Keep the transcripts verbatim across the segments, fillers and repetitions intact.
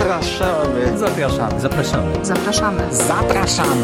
Zapraszamy. Zapraszamy. Zapraszamy. Zapraszamy. Zapraszamy.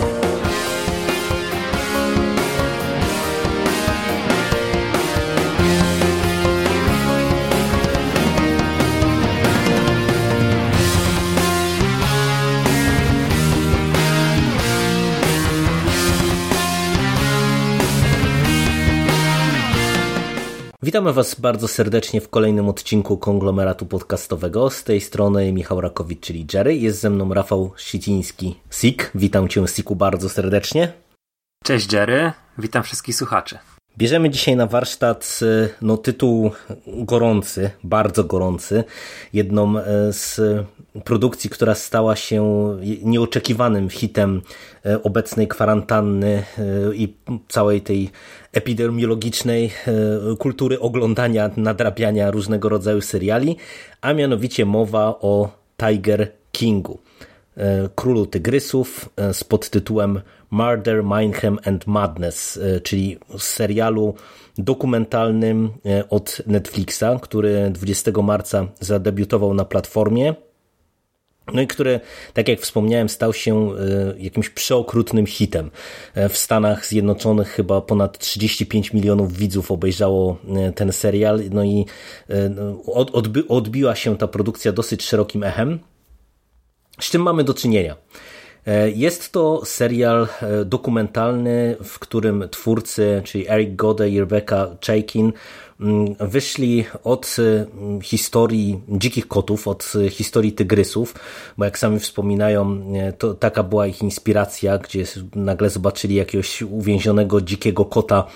Witamy Was bardzo serdecznie w kolejnym odcinku konglomeratu podcastowego. Z tej strony Michał Rakowicz, czyli Jerry. Jest ze mną Rafał Siciński, Sik. Witam Cię, Siku, bardzo serdecznie. Cześć Jerry, witam wszystkich słuchaczy. Bierzemy dzisiaj na warsztat no, tytuł gorący, bardzo gorący. Jedną z produkcji, która stała się nieoczekiwanym hitem obecnej kwarantanny i całej tej epidemiologicznej kultury oglądania, nadrabiania różnego rodzaju seriali, a mianowicie mowa o Tiger Kingu, Królu Tygrysów, z podtytułem Murder, Mayhem and Madness, czyli serialu dokumentalnym od Netflixa, który dwudziestego marca zadebiutował na platformie. No i który, tak jak wspomniałem, stał się jakimś przeokrutnym hitem. W Stanach Zjednoczonych chyba ponad trzydzieści pięć milionów widzów obejrzało ten serial, no i odbi- odbiła się ta produkcja dosyć szerokim echem. Z czym mamy do czynienia? Jest to serial dokumentalny, w którym twórcy, czyli Eric Goode i Rebecca Chaikin, wyszli od historii dzikich kotów, od historii tygrysów, bo jak sami wspominają, to taka była ich inspiracja, gdzie nagle zobaczyli jakiegoś uwięzionego dzikiego kota,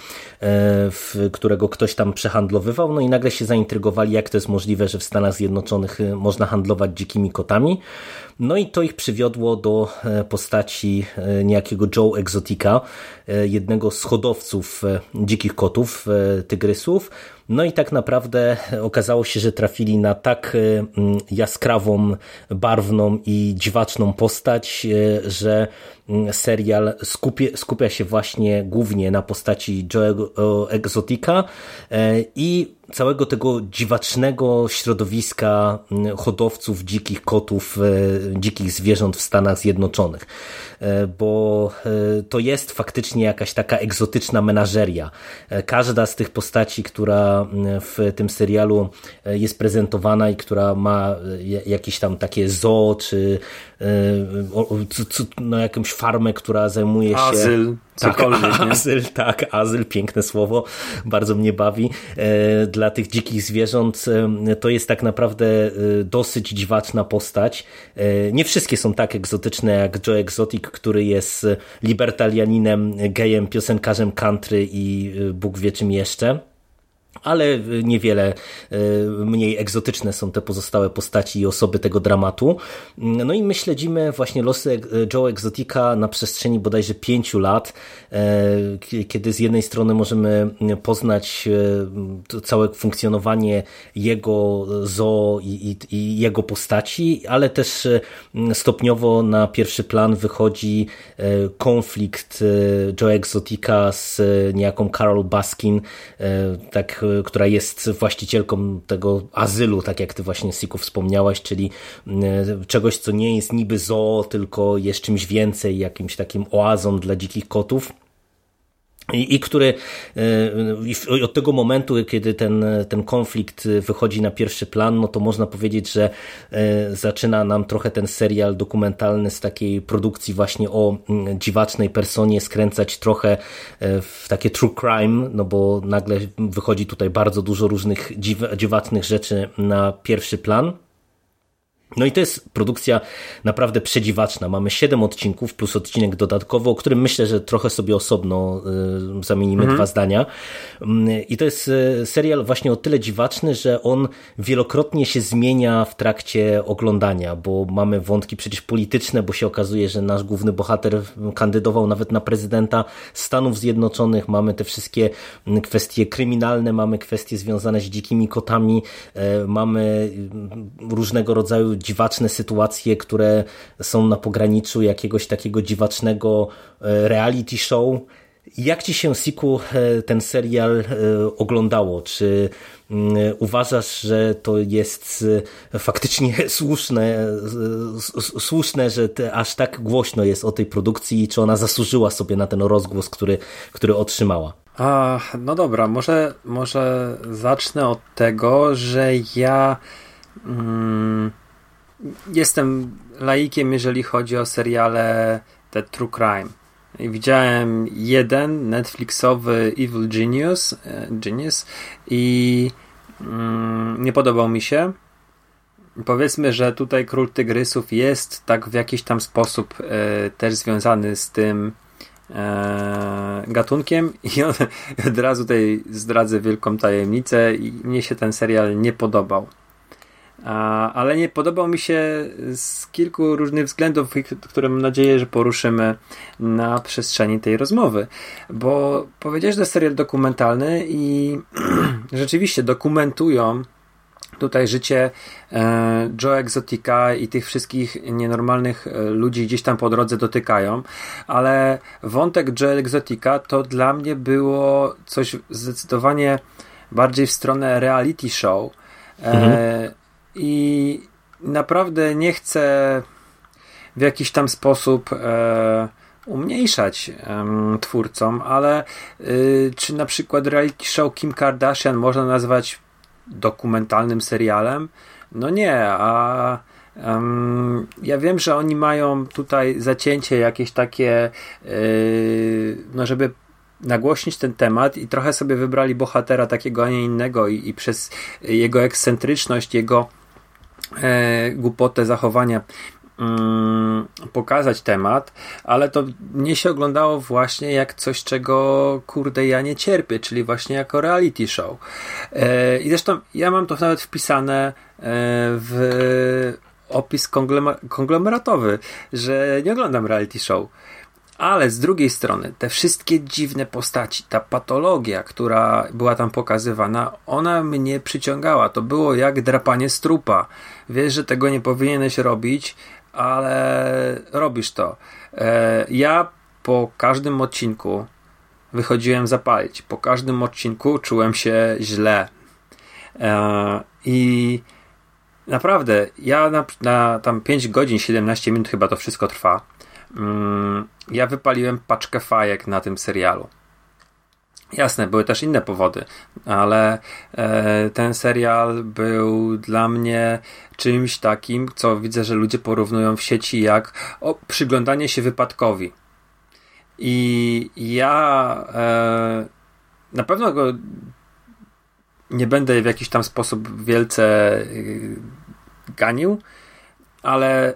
w którego ktoś tam przehandlowywał, no i nagle się zaintrygowali, jak to jest możliwe, że w Stanach Zjednoczonych można handlować dzikimi kotami. No i to ich przywiodło do postaci niejakiego Joe Exotica, jednego z hodowców dzikich kotów, tygrysów. No i tak naprawdę okazało się, że trafili na tak jaskrawą, barwną i dziwaczną postać, że serial skupia, skupia się właśnie głównie na postaci Joe Exotica i całego tego dziwacznego środowiska hodowców dzikich kotów, dzikich zwierząt w Stanach Zjednoczonych. Bo to jest faktycznie jakaś taka egzotyczna menażeria. Każda z tych postaci, która w tym serialu jest prezentowana i która ma jakieś tam takie zoo, czy no, jakąś farmę, która zajmuje się... Azyl. Tak, azyl, tak, azyl, piękne słowo, bardzo mnie bawi. Dla tych dzikich zwierząt to jest tak naprawdę dosyć dziwaczna postać. Nie wszystkie są tak egzotyczne jak Joe Exotic, który jest libertarianinem, gejem, piosenkarzem country i Bóg wie czym jeszcze. Ale niewiele mniej egzotyczne są te pozostałe postaci i osoby tego dramatu. No i my śledzimy właśnie losy Joe Exotica na przestrzeni bodajże pięciu lat, kiedy z jednej strony możemy poznać całe funkcjonowanie jego zoo i, i, i jego postaci, ale też stopniowo na pierwszy plan wychodzi konflikt Joe Exotica z niejaką Carol Baskin, tak, która jest właścicielką tego azylu, tak jak ty właśnie, Siku, wspomniałaś, czyli czegoś, co nie jest niby zoo, tylko jest czymś więcej, jakimś takim oazą dla dzikich kotów. I, i który i od tego momentu, kiedy ten, ten konflikt wychodzi na pierwszy plan, no to można powiedzieć, że zaczyna nam trochę ten serial dokumentalny z takiej produkcji właśnie o dziwacznej personie skręcać trochę w takie true crime, no bo nagle wychodzi tutaj bardzo dużo różnych dziw, dziwacznych rzeczy na pierwszy plan. No i to jest produkcja naprawdę przedziwaczna. Mamy siedem odcinków plus odcinek dodatkowy, o którym myślę, że trochę sobie osobno y, zamienimy mhm. dwa zdania. I to jest serial właśnie o tyle dziwaczny, że on wielokrotnie się zmienia w trakcie oglądania, bo mamy wątki przecież polityczne, bo się okazuje, że nasz główny bohater kandydował nawet na prezydenta Stanów Zjednoczonych. Mamy te wszystkie kwestie kryminalne, mamy kwestie związane z dzikimi kotami, y, mamy różnego rodzaju dziwaczne sytuacje, które są na pograniczu jakiegoś takiego dziwacznego reality show Jak ci się, Siku, ten serial oglądało? Czy uważasz, że to jest faktycznie słuszne, słuszne, że aż tak głośno jest o tej produkcji i czy ona zasłużyła sobie na ten rozgłos, który, który otrzymała? A, no dobra, może, może zacznę od tego, że ja mm, jestem laikiem, jeżeli chodzi o seriale te True Crime. I widziałem jeden Netflixowy Evil Genius, Genius i mm, nie podobał mi się. Powiedzmy, że tutaj Król Tygrysów jest tak w jakiś tam sposób e, też związany z tym e, gatunkiem i on, od razu tutaj zdradzę wielką tajemnicę i mnie się ten serial nie podobał. A, ale nie podobał mi się z kilku różnych względów, które mam nadzieję, że poruszymy na przestrzeni tej rozmowy. Bo powiedziałeś, że to jest serial dokumentalny i rzeczywiście dokumentują tutaj życie e, Joe Exotica i tych wszystkich nienormalnych ludzi gdzieś tam po drodze dotykają, ale wątek Joe Exotica to dla mnie było coś zdecydowanie bardziej w stronę reality show. E, mhm. I naprawdę nie chcę w jakiś tam sposób e, umniejszać e, twórcom, ale e, czy na przykład reality show Kim Kardashian można nazwać dokumentalnym serialem? No nie, a um, ja wiem, że oni mają tutaj zacięcie jakieś takie e, no żeby nagłośnić ten temat i trochę sobie wybrali bohatera takiego, a nie innego i, i przez jego ekscentryczność, jego e, głupotę zachowania mm, pokazać temat, ale to mnie się oglądało właśnie jak coś, czego kurde ja nie cierpię, czyli właśnie jako reality show. E, I zresztą ja mam to nawet wpisane e, w opis kongloma- konglomeratowy, że nie oglądam reality show. Ale z drugiej strony, te wszystkie dziwne postaci, ta patologia, która była tam pokazywana, ona mnie przyciągała. To było jak drapanie z trupa. Wiesz, że tego nie powinieneś robić, ale robisz to. E, ja po każdym odcinku wychodziłem zapalić. Po każdym odcinku czułem się źle. E, I naprawdę, ja na, na tam pięć godzin, siedemnaście minut chyba to wszystko trwa. Ja wypaliłem paczkę fajek na tym serialu. Jasne, były też inne powody, ale e, ten serial był dla mnie czymś takim, co widzę, że ludzie porównują w sieci jak o, przyglądanie się wypadkowi. I ja e, na pewno go nie będę w jakiś tam sposób wielce e, ganił, ale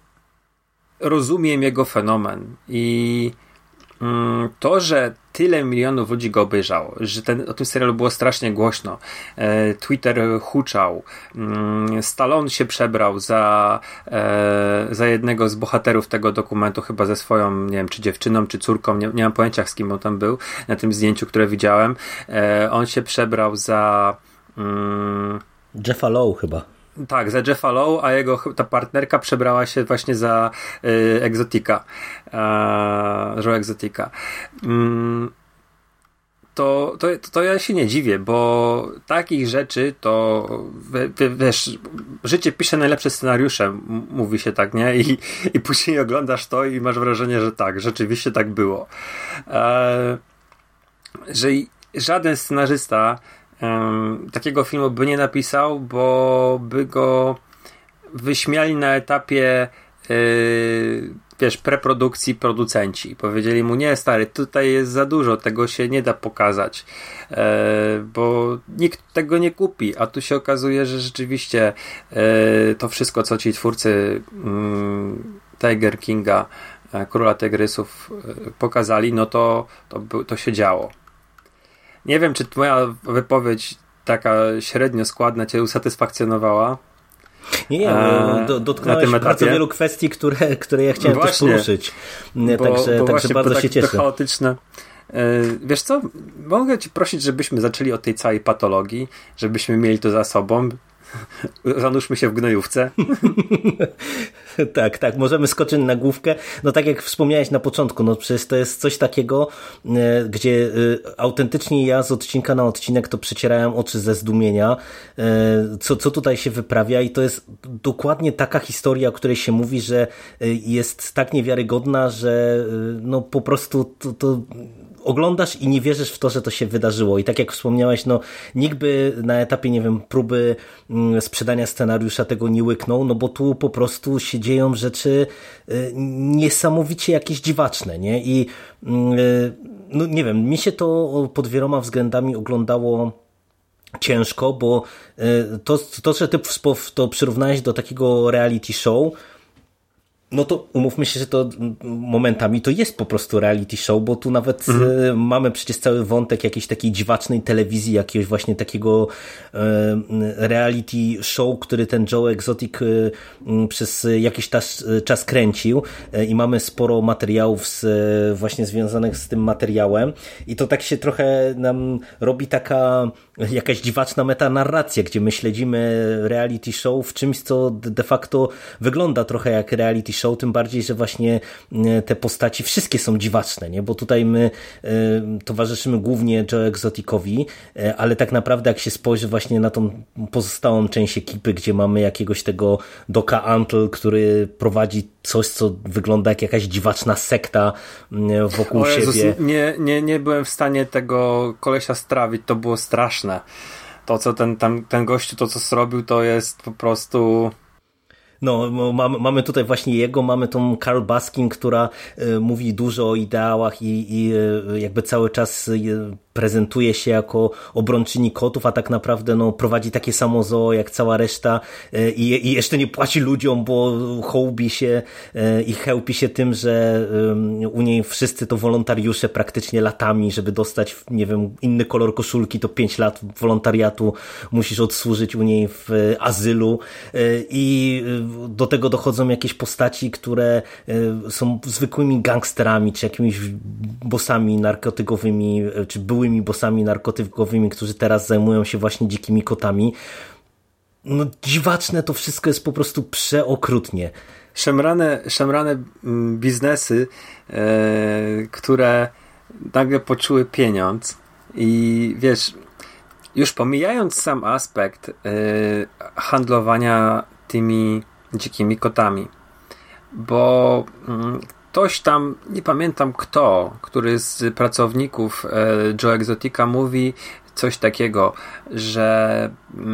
rozumiem jego fenomen i mm, to, że tyle milionów ludzi go obejrzało, że ten, o tym serialu było strasznie głośno, e, Twitter huczał, mm, Stallone się przebrał za, e, za jednego z bohaterów tego dokumentu, chyba ze swoją, nie wiem, czy dziewczyną, czy córką, nie, nie mam pojęcia, z kim on tam był, na tym zdjęciu, które widziałem. E, on się przebrał za mm, Jeffa Lowe chyba. Tak, za Jeffa Lowe, a jego ta partnerka przebrała się właśnie za y, Exotica. E, Joe Exotica. Mm, to, to, to ja się nie dziwię, bo takich rzeczy to w, w, wiesz, życie pisze najlepsze scenariusze, m- mówi się tak, nie? I, i później oglądasz to i masz wrażenie, że tak, rzeczywiście tak było. E, że żaden scenarzysta Um, takiego filmu by nie napisał, bo by go wyśmiali na etapie yy, wiesz, preprodukcji producenci. Powiedzieli mu, nie stary, tutaj jest za dużo, tego się nie da pokazać, yy, bo nikt tego nie kupi, a tu się okazuje, że rzeczywiście yy, to wszystko, co ci twórcy yy, Tiger Kinga, yy, Króla Tygrysów yy, pokazali, no to, to, to się działo. Nie wiem, czy moja wypowiedź taka średnio składna cię usatysfakcjonowała. Nie, nie, do, dotknąłeś bardzo wielu kwestii, które, które ja chciałem no też poruszyć. Bo, także bo także bardzo tak, się cieszę. To chaotyczne. Wiesz co, mogę ci prosić, żebyśmy zaczęli od tej całej patologii, żebyśmy mieli to za sobą. Zanurzmy się w gnojówce. Tak, tak, możemy skoczyć na główkę. No tak jak wspomniałeś na początku, no przecież to jest coś takiego, e, gdzie e, autentycznie ja z odcinka na odcinek to przecierałem oczy ze zdumienia, e, co, co tutaj się wyprawia i to jest dokładnie taka historia, o której się mówi, że e, jest tak niewiarygodna, że e, no po prostu to, to oglądasz i nie wierzysz w to, że to się wydarzyło. I tak jak wspomniałeś, no nikt by na etapie, nie wiem, próby mm, sprzedania scenariusza tego nie łyknął, no bo tu po prostu się dzieją rzeczy y, niesamowicie jakieś dziwaczne, nie? I y, no nie wiem, mi się to pod wieloma względami oglądało ciężko, bo y, to, to, że ty to przyrównałeś do takiego reality show, no to umówmy się, że to momentami to jest po prostu reality show, bo tu nawet mhm. mamy przecież cały wątek jakiejś takiej dziwacznej telewizji, jakiegoś właśnie takiego reality show, który ten Joe Exotic przez jakiś czas, czas kręcił i mamy sporo materiałów z, właśnie związanych z tym materiałem i to tak się trochę nam robi taka jakaś dziwaczna metanarracja, gdzie my śledzimy reality show w czymś, co de facto wygląda trochę jak reality show, tym bardziej, że właśnie te postaci wszystkie są dziwaczne, nie? Bo tutaj my y, towarzyszymy głównie Joe Exoticowi, y, ale tak naprawdę jak się spojrzy właśnie na tą pozostałą część ekipy, gdzie mamy jakiegoś tego Doca Antle, który prowadzi coś, co wygląda jak jakaś dziwaczna sekta y, wokół o Jezus, siebie. Nie, nie, nie byłem w stanie tego kolesia strawić, to było straszne. To, co ten, ten, ten gościu, to co zrobił, to jest po prostu... No, mamy, mamy tutaj właśnie jego, mamy tą Carol Baskin, która y, mówi dużo o ideałach i, i y, jakby cały czas y, prezentuje się jako obrończyni kotów, a tak naprawdę no, prowadzi takie samo zoo jak cała reszta y, i, i jeszcze nie płaci ludziom, bo hołbi się y, i chełpi się tym, że y, u niej wszyscy to wolontariusze praktycznie latami, żeby dostać, nie wiem, inny kolor koszulki, to pięć lat wolontariatu musisz odsłużyć u niej w y, azylu y, i y, do tego dochodzą jakieś postaci, które są zwykłymi gangsterami, czy jakimiś bossami narkotykowymi, czy byłymi bossami narkotykowymi, którzy teraz zajmują się właśnie dzikimi kotami. No dziwaczne to wszystko jest po prostu przeokrutnie. Szemrane, szemrane biznesy, e, które nagle poczuły pieniądz i wiesz, już pomijając sam aspekt e, handlowania tymi dzikimi kotami, bo ktoś tam, nie pamiętam kto, który z pracowników Joe Exotica mówi coś takiego, że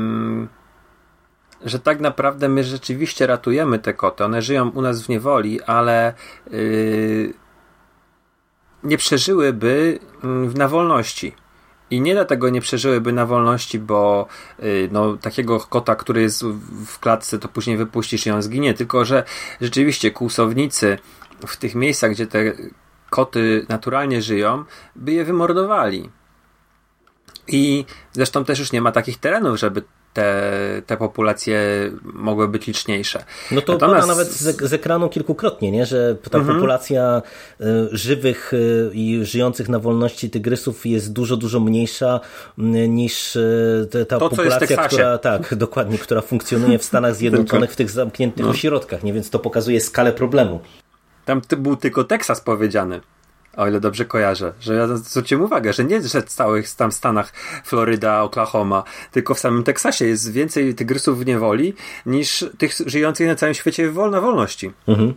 że tak naprawdę my rzeczywiście ratujemy te koty, one żyją u nas w niewoli, ale yy, nie przeżyłyby na wolności. I nie dlatego nie przeżyłyby na wolności, bo yy, no, takiego kota, który jest w klatce, to później wypuścisz i on zginie, tylko że rzeczywiście kłusownicy w tych miejscach, gdzie te koty naturalnie żyją, by je wymordowali. I zresztą też już nie ma takich terenów, żeby te, te populacje mogły być liczniejsze. No to Natomiast... pada nawet z, z ekranu kilkukrotnie, nie? Że ta mhm. populacja y, żywych y, i żyjących na wolności tygrysów jest dużo, dużo mniejsza y, niż y, te, ta to, populacja, która tak, dokładnie, która funkcjonuje w Stanach Zjednoczonych w tych zamkniętych no. ośrodkach, nie? Więc to pokazuje skalę problemu. Tam był tylko Teksas powiedziany. O ile dobrze kojarzę, że ja zwróciłem uwagę, że nie że w całych tam Stanach Floryda, Oklahoma, tylko w samym Teksasie jest więcej tygrysów w niewoli niż tych żyjących na całym świecie wolna wolności. Mhm.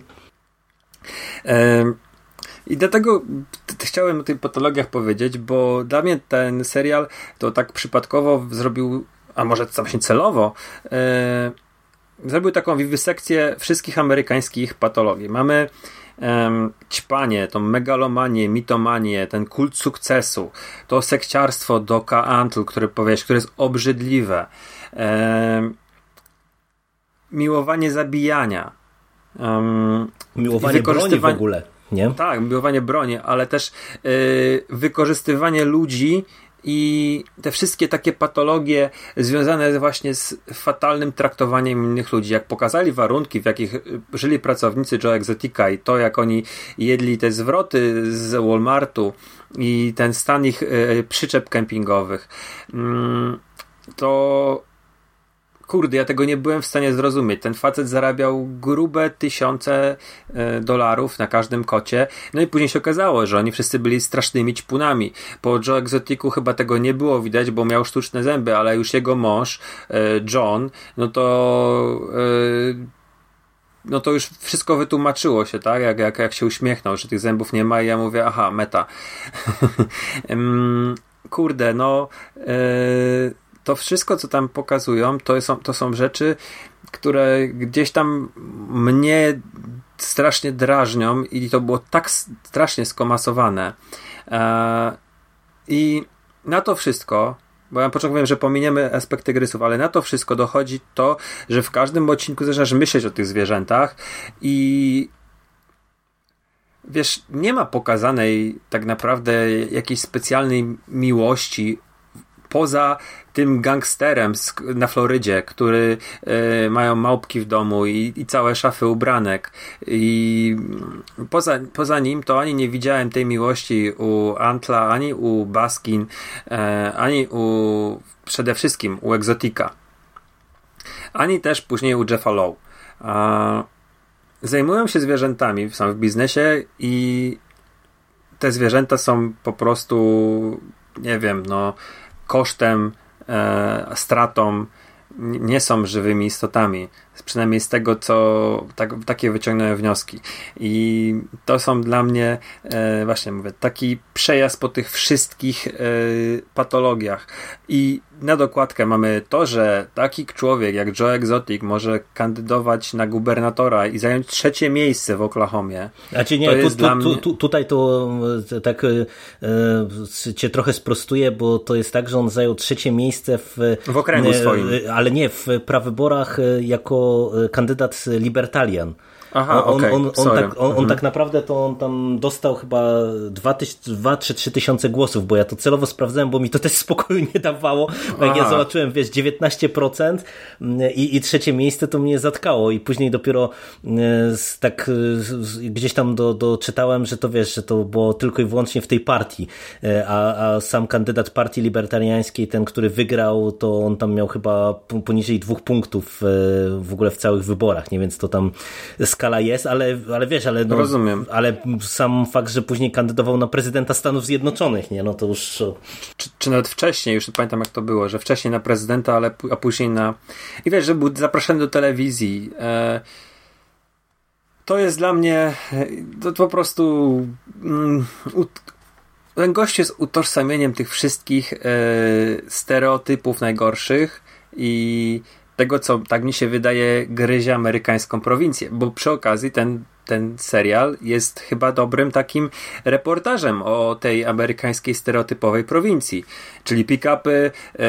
E, I dlatego t- chciałem o tych patologiach powiedzieć, bo dla mnie ten serial to tak przypadkowo zrobił, a może właśnie celowo, e, zrobił taką wiwisekcję wszystkich amerykańskich patologii. Mamy Um, ćpanie, tą megalomanię, mitomanię, ten kult sukcesu, to sekciarstwo Doca Antle, które powiesz, które jest obrzydliwe, um, miłowanie zabijania, um, miłowanie broni w ogóle, nie? Tak, miłowanie broni, ale też yy, wykorzystywanie ludzi i te wszystkie takie patologie związane właśnie z fatalnym traktowaniem innych ludzi. Jak pokazali warunki, w jakich żyli pracownicy Joe Exotica i to, jak oni jedli te zwroty z Walmartu i ten stan ich y, przyczep kempingowych, y, to kurde, ja tego nie byłem w stanie zrozumieć. Ten facet zarabiał grube tysiące e, dolarów na każdym kocie. No i później się okazało, że oni wszyscy byli strasznymi ćpunami. Po Joe Exoticu chyba tego nie było widać, bo miał sztuczne zęby, ale już jego mąż, e, John, no to e, no to już wszystko wytłumaczyło się, tak? Jak, jak, jak się uśmiechnął, że tych zębów nie ma i ja mówię, aha, meta. Kurde, no e, to wszystko, co tam pokazują, to są, to są rzeczy, które gdzieś tam mnie strasznie drażnią i to było tak strasznie skomasowane. Eee, I na to wszystko, bo ja na początku wiem, że pominiemy aspekty grysów, ale na to wszystko dochodzi to, że w każdym odcinku zaczynasz myśleć o tych zwierzętach i wiesz, nie ma pokazanej tak naprawdę jakiejś specjalnej miłości poza tym gangsterem z, na Florydzie, który y, mają małpki w domu i, i całe szafy ubranek i poza, poza nim to ani nie widziałem tej miłości u Antla, ani u Baskin, y, ani u przede wszystkim u Exotica, ani też później u Jeffa Lowe. Y, zajmują się zwierzętami, są w biznesie i te zwierzęta są po prostu, nie wiem, no kosztem, e, stratą, nie są żywymi istotami. Przynajmniej z tego, co tak, takie wyciągnąłem wnioski. I to są dla mnie e, właśnie mówię, taki przejazd po tych wszystkich e, patologiach. I na dokładkę mamy to, że taki człowiek jak Joe Exotic może kandydować na gubernatora i zająć trzecie miejsce w Oklahomie. Znaczy nie, to tu, jest tu, dla tu, mnie... tu, tutaj to tak e, cię trochę sprostuję, bo to jest tak, że on zajął trzecie miejsce w, w okręgu e, swoim. Ale nie, w prawyborach jako kandydat libertarian. Aha, on, okay, on, on, tak, on, mhm. on tak naprawdę to on tam dostał chyba dwa czy trzy tysiące głosów, bo ja to celowo sprawdzałem, bo mi to też spokoju nie dawało, bo jak ja zobaczyłem, wiesz, dziewiętnaście procent i, i trzecie miejsce to mnie zatkało i później dopiero z, tak z, gdzieś tam do, doczytałem, że to wiesz, że to było tylko i wyłącznie w tej partii, a, a sam kandydat partii libertariańskiej, ten, który wygrał, to on tam miał chyba poniżej dwóch punktów w ogóle w całych wyborach, nie, więc to tam skala jest, ale, ale wiesz, ale, no, rozumiem. Ale sam fakt, że później kandydował na prezydenta Stanów Zjednoczonych, nie, no to już... Czy, czy nawet wcześniej, już nie pamiętam jak to było, że wcześniej na prezydenta, ale a później na... I wiesz, że był zaproszony do telewizji. E... To jest dla mnie to, to po prostu... Mm, u... Ten gość jest utożsamieniem tych wszystkich e... stereotypów najgorszych i tego, co tak mi się wydaje gryzie amerykańską prowincję, bo przy okazji ten, ten serial jest chyba dobrym takim reportażem o tej amerykańskiej stereotypowej prowincji, czyli pick-upy, e,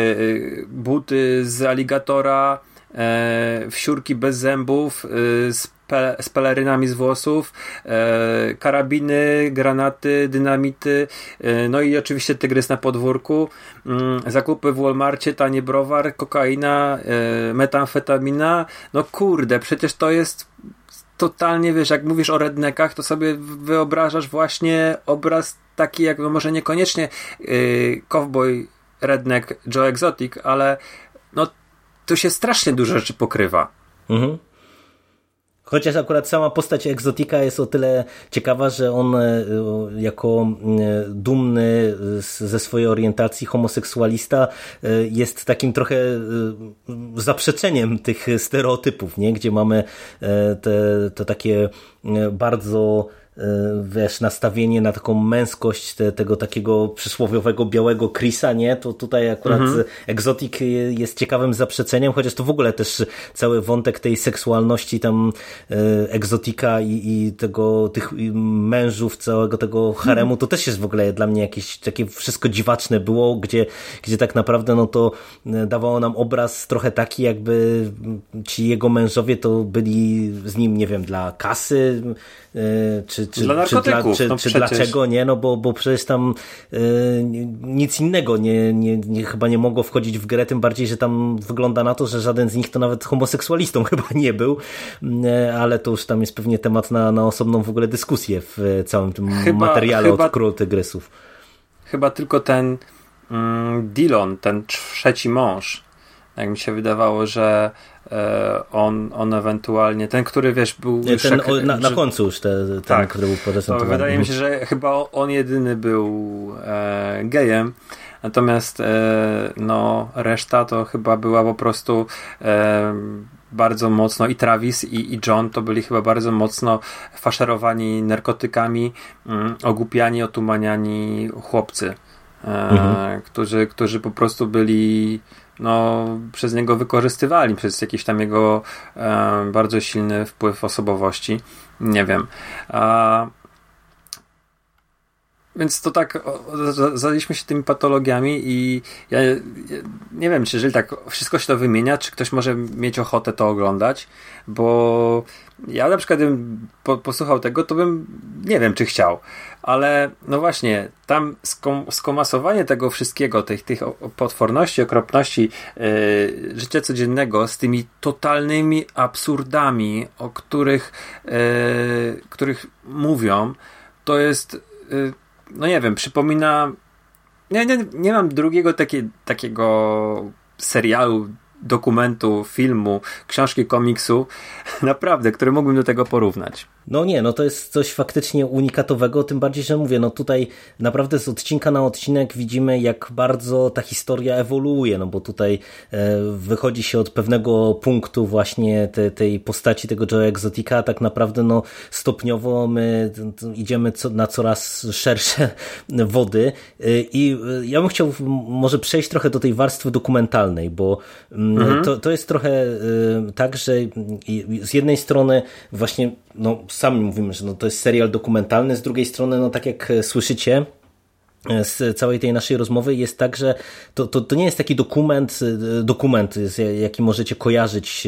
buty z aligatora, e, wsiórki bez zębów, e, z, pe, z pelerynami z włosów, e, karabiny, granaty, dynamity, e, no i oczywiście tygrys na podwórku, e, zakupy w Walmarcie, tanie browar, kokaina, e, metamfetamina, no kurde, przecież to jest totalnie, wiesz, jak mówisz o redneckach, to sobie wyobrażasz właśnie obraz taki, jak no może niekoniecznie yy, cowboy, redneck, Joe Exotic, ale no tu się strasznie dużo rzeczy pokrywa. Mhm. Chociaż akurat sama postać Exotica jest o tyle ciekawa, że on jako dumny ze swojej orientacji homoseksualista jest takim trochę zaprzeczeniem tych stereotypów, nie? Gdzie mamy te, te takie bardzo wiesz, nastawienie na taką męskość te, tego takiego przysłowiowego białego Chrisa, nie? To tutaj akurat mhm. Exotic jest ciekawym zaprzeceniem, chociaż to w ogóle też cały wątek tej seksualności tam Exotica i, i tego, tych mężów, całego tego haremu, to też jest w ogóle dla mnie jakieś takie wszystko dziwaczne było, gdzie, gdzie tak naprawdę no to dawało nam obraz trochę taki, jakby ci jego mężowie to byli z nim, nie wiem, dla kasy, czy, czy, dla narkotyków, czy, dla, czy, no czy dlaczego nie, no bo, bo przecież tam y, nic innego nie, nie, nie, chyba nie mogło wchodzić w grę, tym bardziej, że tam wygląda na to, że żaden z nich to nawet homoseksualistą chyba nie był, y, ale to już tam jest pewnie temat na, na osobną w ogóle dyskusję w całym tym chyba, materiale chyba, od Król Tygrysów. Chyba tylko ten mm, Dillon, ten trzeci mąż, Jak mi się wydawało, że on, on ewentualnie, ten, który wiesz, był... Ten, szek, o, na, na że, końcu już te, ten, tak, który był prezentowany. Wydaje mi się, że chyba on jedyny był e, gejem, natomiast e, no reszta to chyba była po prostu e, bardzo mocno i Travis i, i John to byli chyba bardzo mocno faszerowani narkotykami, mm, ogłupiani, otumaniani chłopcy, e, mhm. którzy, którzy po prostu byli no, przez niego wykorzystywali, przez jakiś tam jego e, bardzo silny wpływ osobowości. Nie wiem. A, więc to tak zajęliśmy się tymi patologiami i ja, ja nie wiem, czy jeżeli tak wszystko się to wymienia, czy ktoś może mieć ochotę to oglądać, bo ja na przykład bym po, posłuchał tego, to bym nie wiem, czy chciał, ale no właśnie, tam skom, skomasowanie tego wszystkiego, tych, tych potworności, okropności yy, życia codziennego z tymi totalnymi absurdami, o których yy, których mówią, to jest yy, no nie wiem, przypomina nie, nie, nie mam drugiego takie, takiego serialu, dokumentu, filmu, książki, komiksu, naprawdę, który mógłbym do tego porównać. No nie, no to jest coś faktycznie unikatowego, tym bardziej, że mówię, no tutaj naprawdę z odcinka na odcinek widzimy, jak bardzo ta historia ewoluuje, no bo tutaj e, wychodzi się od pewnego punktu właśnie te, tej postaci tego Joe Exotica, a tak naprawdę no stopniowo my idziemy co, na coraz szersze wody i ja bym chciał może przejść trochę do tej warstwy dokumentalnej, bo mhm. to, to jest trochę e, tak, że z jednej strony właśnie no sami mówimy, że no to jest serial dokumentalny, z drugiej strony, no tak jak słyszycie z całej tej naszej rozmowy jest tak, że to, to, to nie jest taki dokument, dokument, jaki możecie kojarzyć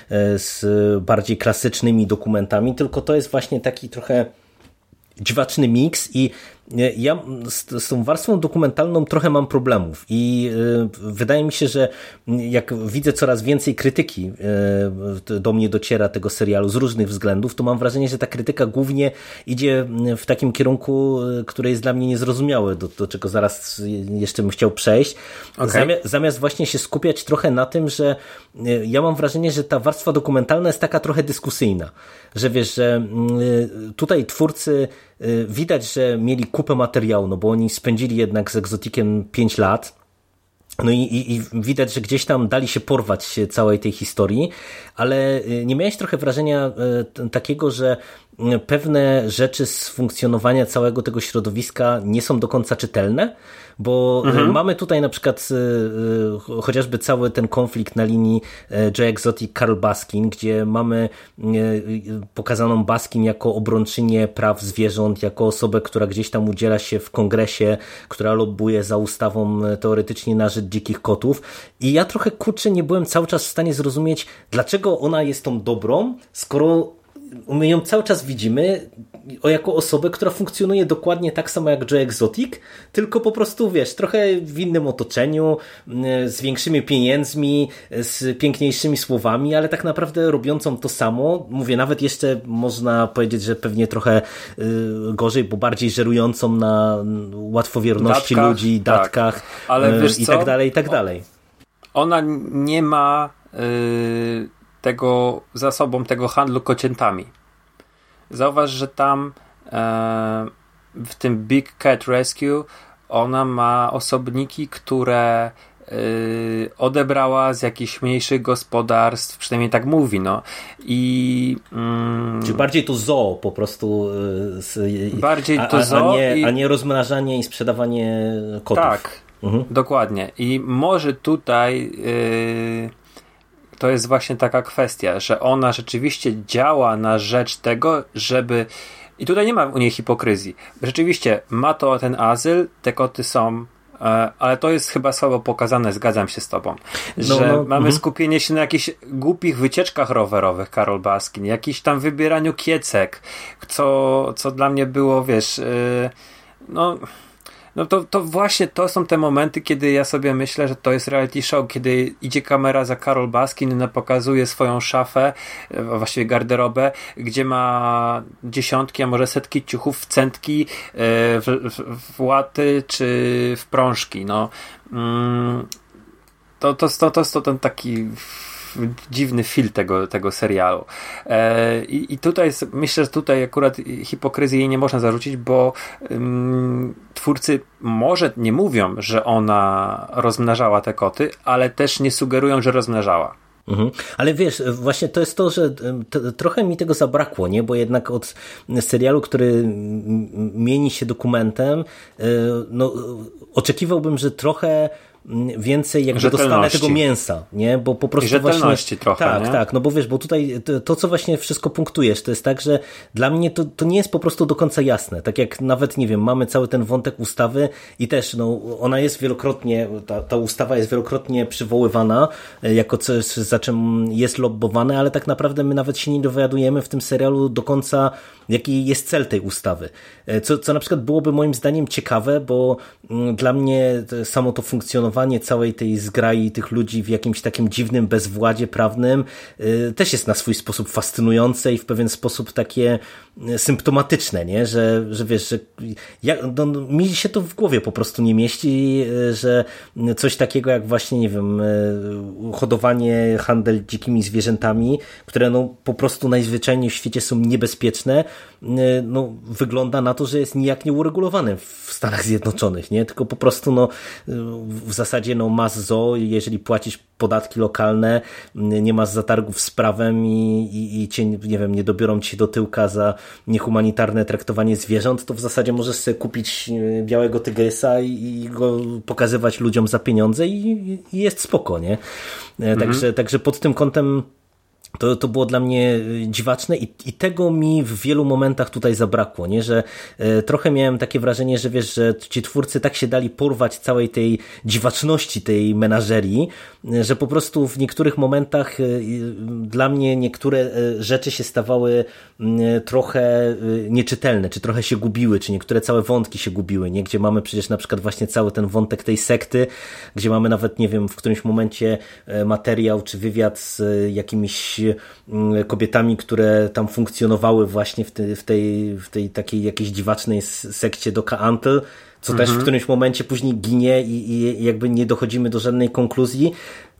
z bardziej klasycznymi dokumentami, tylko to jest właśnie taki trochę dziwaczny miks i ja z, z tą warstwą dokumentalną trochę mam problemów i y, wydaje mi się, że jak widzę coraz więcej krytyki y, do mnie dociera tego serialu z różnych względów, to mam wrażenie, że ta krytyka głównie idzie w takim kierunku, który jest dla mnie niezrozumiały, do, do czego zaraz jeszcze bym chciał przejść. Okay. Zamiast, zamiast właśnie się skupiać trochę na tym, że y, ja mam wrażenie, że ta warstwa dokumentalna jest taka trochę dyskusyjna, że wiesz, że y, tutaj twórcy y, widać, że mieli kupę materiału, no bo oni spędzili jednak z Exoticiem pięć lat. No i, i, i widać, że gdzieś tam dali się porwać całej tej historii, ale nie miałeś trochę wrażenia e, takiego, że pewne rzeczy z funkcjonowania całego tego środowiska nie są do końca czytelne? Bo mhm. mamy tutaj na przykład e, chociażby cały ten konflikt na linii Joe Exotic, Carol Baskin, gdzie mamy e, pokazaną Baskin jako obrończynię praw zwierząt, jako osobę, która gdzieś tam udziela się w kongresie, która lobbuje za ustawą teoretycznie na rzecz dzikich kotów. I ja trochę, kurczę, nie byłem cały czas w stanie zrozumieć, dlaczego ona jest tą dobrą, skoro my ją cały czas widzimy jako osobę, która funkcjonuje dokładnie tak samo jak Joe Exotic, tylko po prostu, wiesz, trochę w innym otoczeniu, z większymi pieniędzmi, z piękniejszymi słowami, ale tak naprawdę robiącą to samo. Mówię, nawet jeszcze można powiedzieć, że pewnie trochę gorzej, bo bardziej żerującą na łatwowierności datkach, ludzi, datkach tak. Ale wiesz i co? tak dalej, i tak dalej. Ona nie ma yy... tego za sobą, tego handlu kociętami. Zauważ, że tam e, w tym Big Cat Rescue ona ma osobniki, które e, odebrała z jakichś mniejszych gospodarstw, przynajmniej tak mówi, no. I mm, czy bardziej to zoo po prostu z, bardziej a, to zoo a, nie, i, a nie rozmnażanie i sprzedawanie kotów. Tak, mhm. dokładnie. I może tutaj yy, to jest właśnie taka kwestia, że ona rzeczywiście działa na rzecz tego, żeby... I tutaj nie ma u niej hipokryzji. Rzeczywiście ma to ten azyl, te koty są, ale to jest chyba słabo pokazane, zgadzam się z tobą, że no, no, mamy mm. skupienie się na jakichś głupich wycieczkach rowerowych Carol Baskin, jakiś tam wybieraniu kiecek, co, co dla mnie było, wiesz, yy, no... No to, to właśnie to są te momenty, kiedy ja sobie myślę, że to jest reality show, kiedy idzie kamera za Carol Baskin, ona pokazuje swoją szafę, a właściwie garderobę, gdzie ma dziesiątki, a może setki ciuchów w centki, w, w, w łaty czy w prążki. No. to, to, to, to, to ten taki dziwny feel tego, tego serialu. E, i, I tutaj myślę, że tutaj akurat hipokryzji jej nie można zarzucić, bo ym, twórcy może nie mówią, że ona rozmnażała te koty, ale też nie sugerują, że rozmnażała. Mhm. Ale wiesz, właśnie to jest to, że to, trochę mi tego zabrakło, nie? Bo jednak od serialu, który mieni się dokumentem, no, oczekiwałbym, że trochę więcej jakby dostanę tego mięsa, nie? Bo po prostu rzetelności właśnie, trochę, tak, nie? tak, no bo wiesz, bo tutaj to, to, co właśnie wszystko punktujesz, to jest tak, że dla mnie to, to nie jest po prostu do końca jasne, tak jak nawet, nie wiem, mamy cały ten wątek ustawy i też, no, ona jest wielokrotnie, ta, ta ustawa jest wielokrotnie przywoływana jako coś, za czym jest lobbowane, ale tak naprawdę my nawet się nie dowiadujemy w tym serialu do końca, jaki jest cel tej ustawy. Co, co na przykład byłoby moim zdaniem ciekawe, bo dla mnie samo to funkcjonowanie całej tej zgrai tych ludzi w jakimś takim dziwnym bezwładzie prawnym yy, też jest na swój sposób fascynujące i w pewien sposób takie symptomatyczne, nie? Że, że wiesz, że ja, no, mi się to w głowie po prostu nie mieści, yy, że coś takiego jak właśnie, nie wiem, yy, hodowanie, handel dzikimi zwierzętami, które no po prostu najzwyczajniej w świecie są niebezpieczne, yy, no wygląda na to, że jest nijak nieuregulowane w Stanach Zjednoczonych, nie? Tylko po prostu no w zasadzie no masz zoo, jeżeli płacisz podatki lokalne, nie masz zatargów z prawem i, i, i cię, nie wiem, nie dobiorą ci do tyłka za niehumanitarne traktowanie zwierząt, to w zasadzie możesz sobie kupić białego tygrysa i, i go pokazywać ludziom za pieniądze i, i jest spoko, nie? Mhm. Także, także pod tym kątem To, to było dla mnie dziwaczne i, i tego mi w wielu momentach tutaj zabrakło, nie? Że e, trochę miałem takie wrażenie, że wiesz, że ci twórcy tak się dali porwać całej tej dziwaczności tej menażerii, że po prostu w niektórych momentach e, dla mnie niektóre e, rzeczy się stawały e, trochę e, nieczytelne, czy trochę się gubiły, czy niektóre całe wątki się gubiły, nie? Gdzie mamy przecież na przykład właśnie cały ten wątek tej sekty, gdzie mamy nawet, nie wiem, w którymś momencie e, materiał, czy wywiad z e, jakimiś kobietami, które tam funkcjonowały właśnie w, te, w, tej, w tej takiej jakiejś dziwacznej sekcie Doka Antle, co mhm. też w którymś momencie później ginie i, i jakby nie dochodzimy do żadnej konkluzji.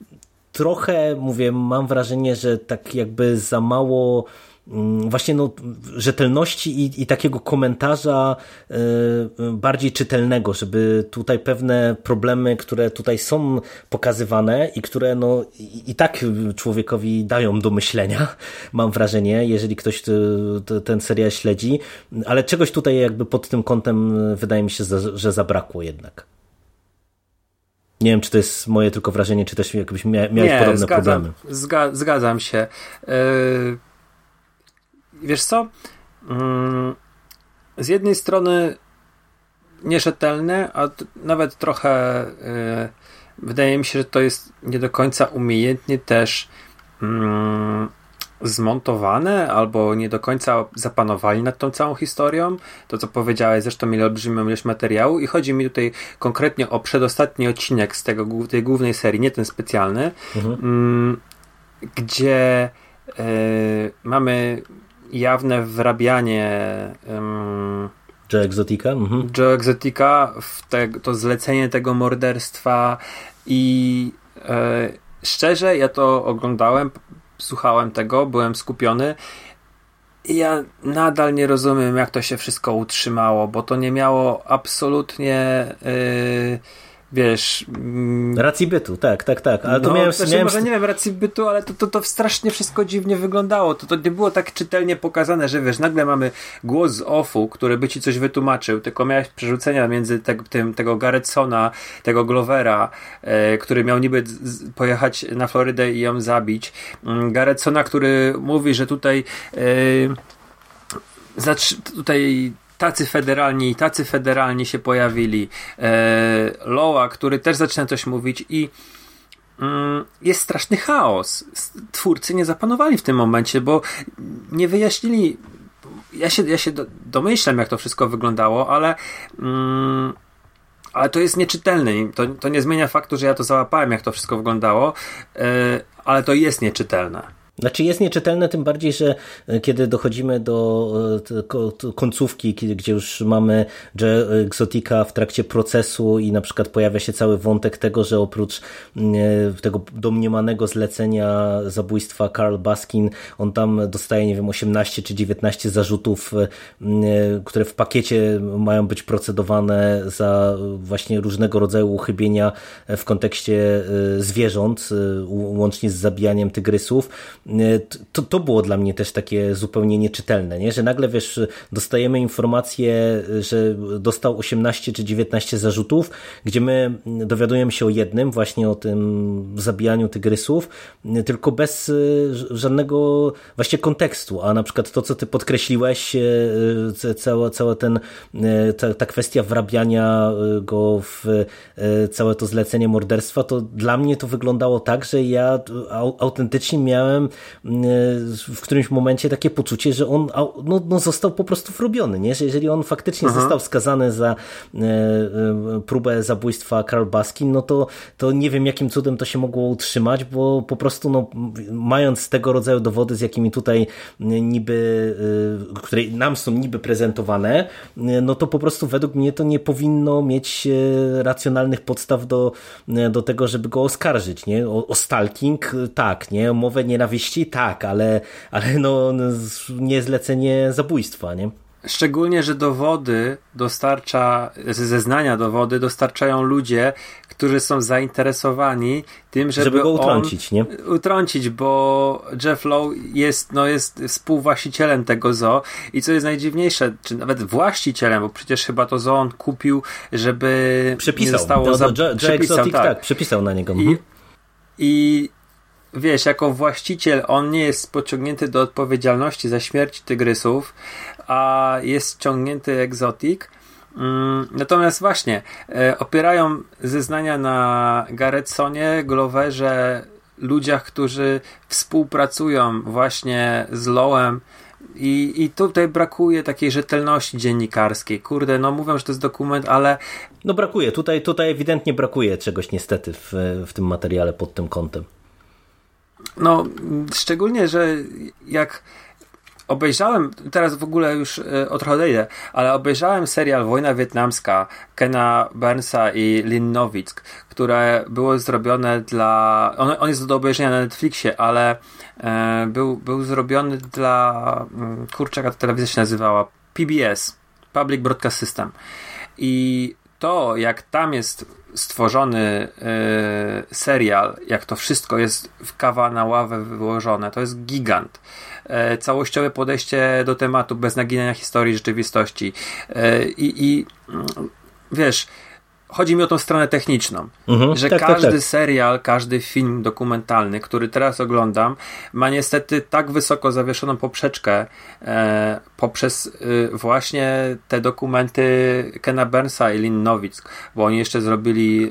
Trochę, mówię, mam wrażenie, że tak jakby za mało właśnie no, rzetelności i, i takiego komentarza y, bardziej czytelnego, żeby tutaj pewne problemy, które tutaj są pokazywane i które no, i, i tak człowiekowi dają do myślenia, mam wrażenie, jeżeli ktoś t, t, ten serial śledzi, ale czegoś tutaj jakby pod tym kątem wydaje mi się, że zabrakło jednak. Nie wiem, czy to jest moje tylko wrażenie, czy też jakbyś mia, miałeś Nie, podobne zgadzam, problemy. Zga, zgadzam się. Yy... Wiesz co? Z jednej strony nierzetelne, a nawet trochę yy, wydaje mi się, że to jest nie do końca umiejętnie też yy, zmontowane, albo nie do końca zapanowali nad tą całą historią. To, co powiedziałeś, zresztą mieli olbrzymią ilość materiału i chodzi mi tutaj konkretnie o przedostatni odcinek z tego, tej głównej serii, nie ten specjalny, mhm. yy, gdzie yy, mamy jawne wrabianie um, Joe Exotica? Mhm. Joe Exotica w te, to zlecenie tego morderstwa i e, szczerze ja to oglądałem, słuchałem tego, byłem skupiony i ja nadal nie rozumiem, jak to się wszystko utrzymało, bo to nie miało absolutnie e, wiesz... Mm, racji bytu, tak, tak, tak. Ale no, to miałem, też miałem... może nie wiem, racji bytu, ale to, to, to strasznie wszystko dziwnie wyglądało. To, to nie było tak czytelnie pokazane, że wiesz, nagle mamy głos z offu, który by ci coś wytłumaczył, tylko miałeś przerzucenia między te, tym, tego Garretsona, tego Glovera, e, który miał niby z, pojechać na Florydę i ją zabić. Mm, Garretsona, który mówi, że tutaj e, zatrzy- tutaj tacy federalni i tacy federalni się pojawili. E, Loa, który też zaczyna coś mówić i mm, jest straszny chaos. Twórcy nie zapanowali w tym momencie, bo nie wyjaśnili. Ja się, ja się do, domyślam, jak to wszystko wyglądało, ale mm, ale to jest nieczytelne. To, to nie zmienia faktu, że ja to załapałem, jak to wszystko wyglądało, e, ale to jest nieczytelne. Znaczy jest nieczytelne, tym bardziej, że kiedy dochodzimy do końcówki, gdzie już mamy Exotica w trakcie procesu i na przykład pojawia się cały wątek tego, że oprócz tego domniemanego zlecenia zabójstwa Carl Baskin, on tam dostaje, nie wiem, osiemnaście czy dziewiętnaście zarzutów, które w pakiecie mają być procedowane za właśnie różnego rodzaju uchybienia w kontekście zwierząt, łącznie z zabijaniem tygrysów. To, to było dla mnie też takie zupełnie nieczytelne, nie? Że nagle, wiesz, dostajemy informację, że dostał osiemnaście czy dziewiętnaście zarzutów, gdzie my dowiadujemy się o jednym, właśnie o tym zabijaniu tygrysów, tylko bez żadnego właśnie kontekstu, a na przykład to, co ty podkreśliłeś, cała, cała ten, ta, ta kwestia wrabiania go w całe to zlecenie morderstwa, to dla mnie to wyglądało tak, że ja autentycznie miałem w którymś momencie takie poczucie, że on no, no został po prostu wrobiony, nie? Że jeżeli on faktycznie Aha. został skazany za próbę zabójstwa Carl Baskin, no to, to nie wiem, jakim cudem to się mogło utrzymać, bo po prostu no, mając tego rodzaju dowody, z jakimi tutaj niby, które nam są niby prezentowane, no to po prostu według mnie to nie powinno mieć racjonalnych podstaw do, do tego, żeby go oskarżyć, nie? O, o stalking, tak, nie? O mowę nienawiści, tak, ale, ale no, nie zlecenie zabójstwa, nie? Szczególnie, że dowody dostarcza, zeznania dowody dostarczają ludzie, którzy są zainteresowani tym, żeby, żeby go utrącić, on, nie? Utrącić, bo Jeff Lowe jest, no, jest współwłaścicielem tego zoo i co jest najdziwniejsze, czy nawet właścicielem, bo przecież chyba to zoo on kupił, żeby przepisał. nie zostało... Do, do, za... Joe przepisał, Exotic, tak. tak, przepisał na niego. I, i wiesz, jako właściciel on nie jest pociągnięty do odpowiedzialności za śmierć tygrysów, a jest ciągnięty Exotic. Natomiast właśnie e, opierają zeznania na Garretsonie, Gloverze, ludziach, którzy współpracują właśnie z Lowem i, i tutaj brakuje takiej rzetelności dziennikarskiej. Kurde, no mówią, że to jest dokument, ale... No brakuje, tutaj, tutaj ewidentnie brakuje czegoś niestety w, w tym materiale pod tym kątem. No, szczególnie, że jak obejrzałem, teraz w ogóle już o trochę odejdę, ale obejrzałem serial Wojna Wietnamska Kena Burnsa i Lynn Nowick, które było zrobione dla... On, on jest do obejrzenia na Netflixie, ale e, był, był zrobiony dla... Kurczę, jak ta telewizja się nazywała? P B S. Public Broadcast System. I to, jak tam jest stworzony y, serial, jak to wszystko jest w kawa na ławę wyłożone, to jest gigant. Y, całościowe podejście do tematu, bez naginania historii, rzeczywistości. Y, I y, wiesz, chodzi mi o tą stronę techniczną, mhm, że tak, każdy tak, tak. serial, każdy film dokumentalny, który teraz oglądam, ma niestety tak wysoko zawieszoną poprzeczkę e, poprzez e, właśnie te dokumenty Kena Burnsa i Lynn Nowick, bo oni jeszcze zrobili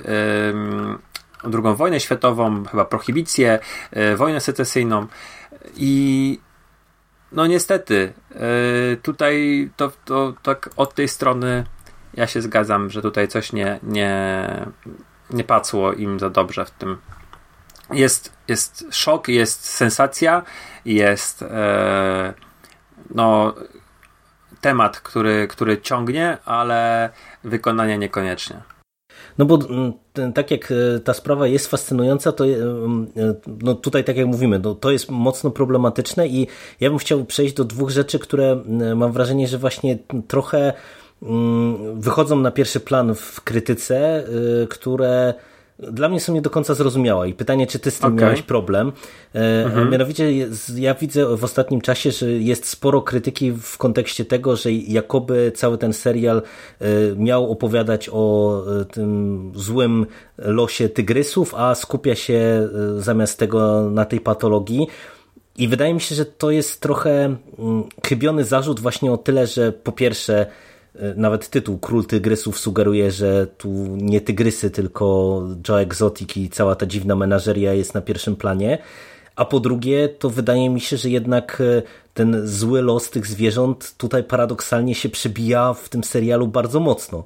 e, drugą wojnę światową, chyba prohibicję, e, wojnę secesyjną i no niestety e, tutaj to, to tak od tej strony ja się zgadzam, że tutaj coś nie, nie, nie pacło im za dobrze w tym. Jest, jest szok, jest sensacja, jest e, no, temat, który, który ciągnie, ale wykonanie niekoniecznie. No bo tak jak ta sprawa jest fascynująca, to no tutaj tak jak mówimy, no to jest mocno problematyczne i ja bym chciał przejść do dwóch rzeczy, które mam wrażenie, że właśnie trochę wychodzą na pierwszy plan w krytyce, które dla mnie są nie do końca zrozumiałe i pytanie, czy ty z tym okay. miałeś problem. Mhm. Mianowicie ja widzę w ostatnim czasie, że jest sporo krytyki w kontekście tego, że jakoby cały ten serial miał opowiadać o tym złym losie tygrysów, a skupia się zamiast tego na tej patologii. I wydaje mi się, że to jest trochę chybiony zarzut właśnie o tyle, że po pierwsze nawet tytuł Król Tygrysów sugeruje, że tu nie tygrysy, tylko Joe Exotic i cała ta dziwna menażeria jest na pierwszym planie. A po drugie, to wydaje mi się, że jednak ten zły los tych zwierząt tutaj paradoksalnie się przebija w tym serialu bardzo mocno.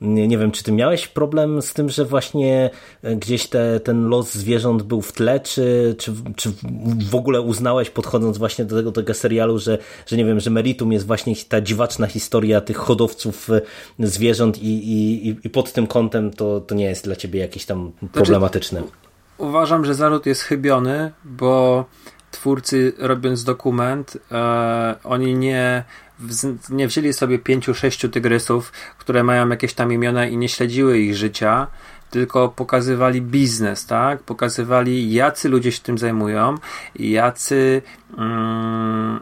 nie, nie wiem, czy ty miałeś problem z tym, że właśnie gdzieś te, ten los zwierząt był w tle, czy, czy, czy w ogóle uznałeś, podchodząc właśnie do tego, tego serialu, że, że nie wiem, że meritum jest właśnie ta dziwaczna historia tych hodowców zwierząt i, i, i pod tym kątem to, to nie jest dla ciebie jakieś tam problematyczne? Znaczy, uważam, że zarzut jest chybiony, bo twórcy, robiąc dokument, e, oni nie, w, nie wzięli sobie pięciu, sześciu tygrysów, które mają jakieś tam imiona i nie śledziły ich życia, tylko pokazywali biznes, tak? Pokazywali, jacy ludzie się tym zajmują, jacy mm,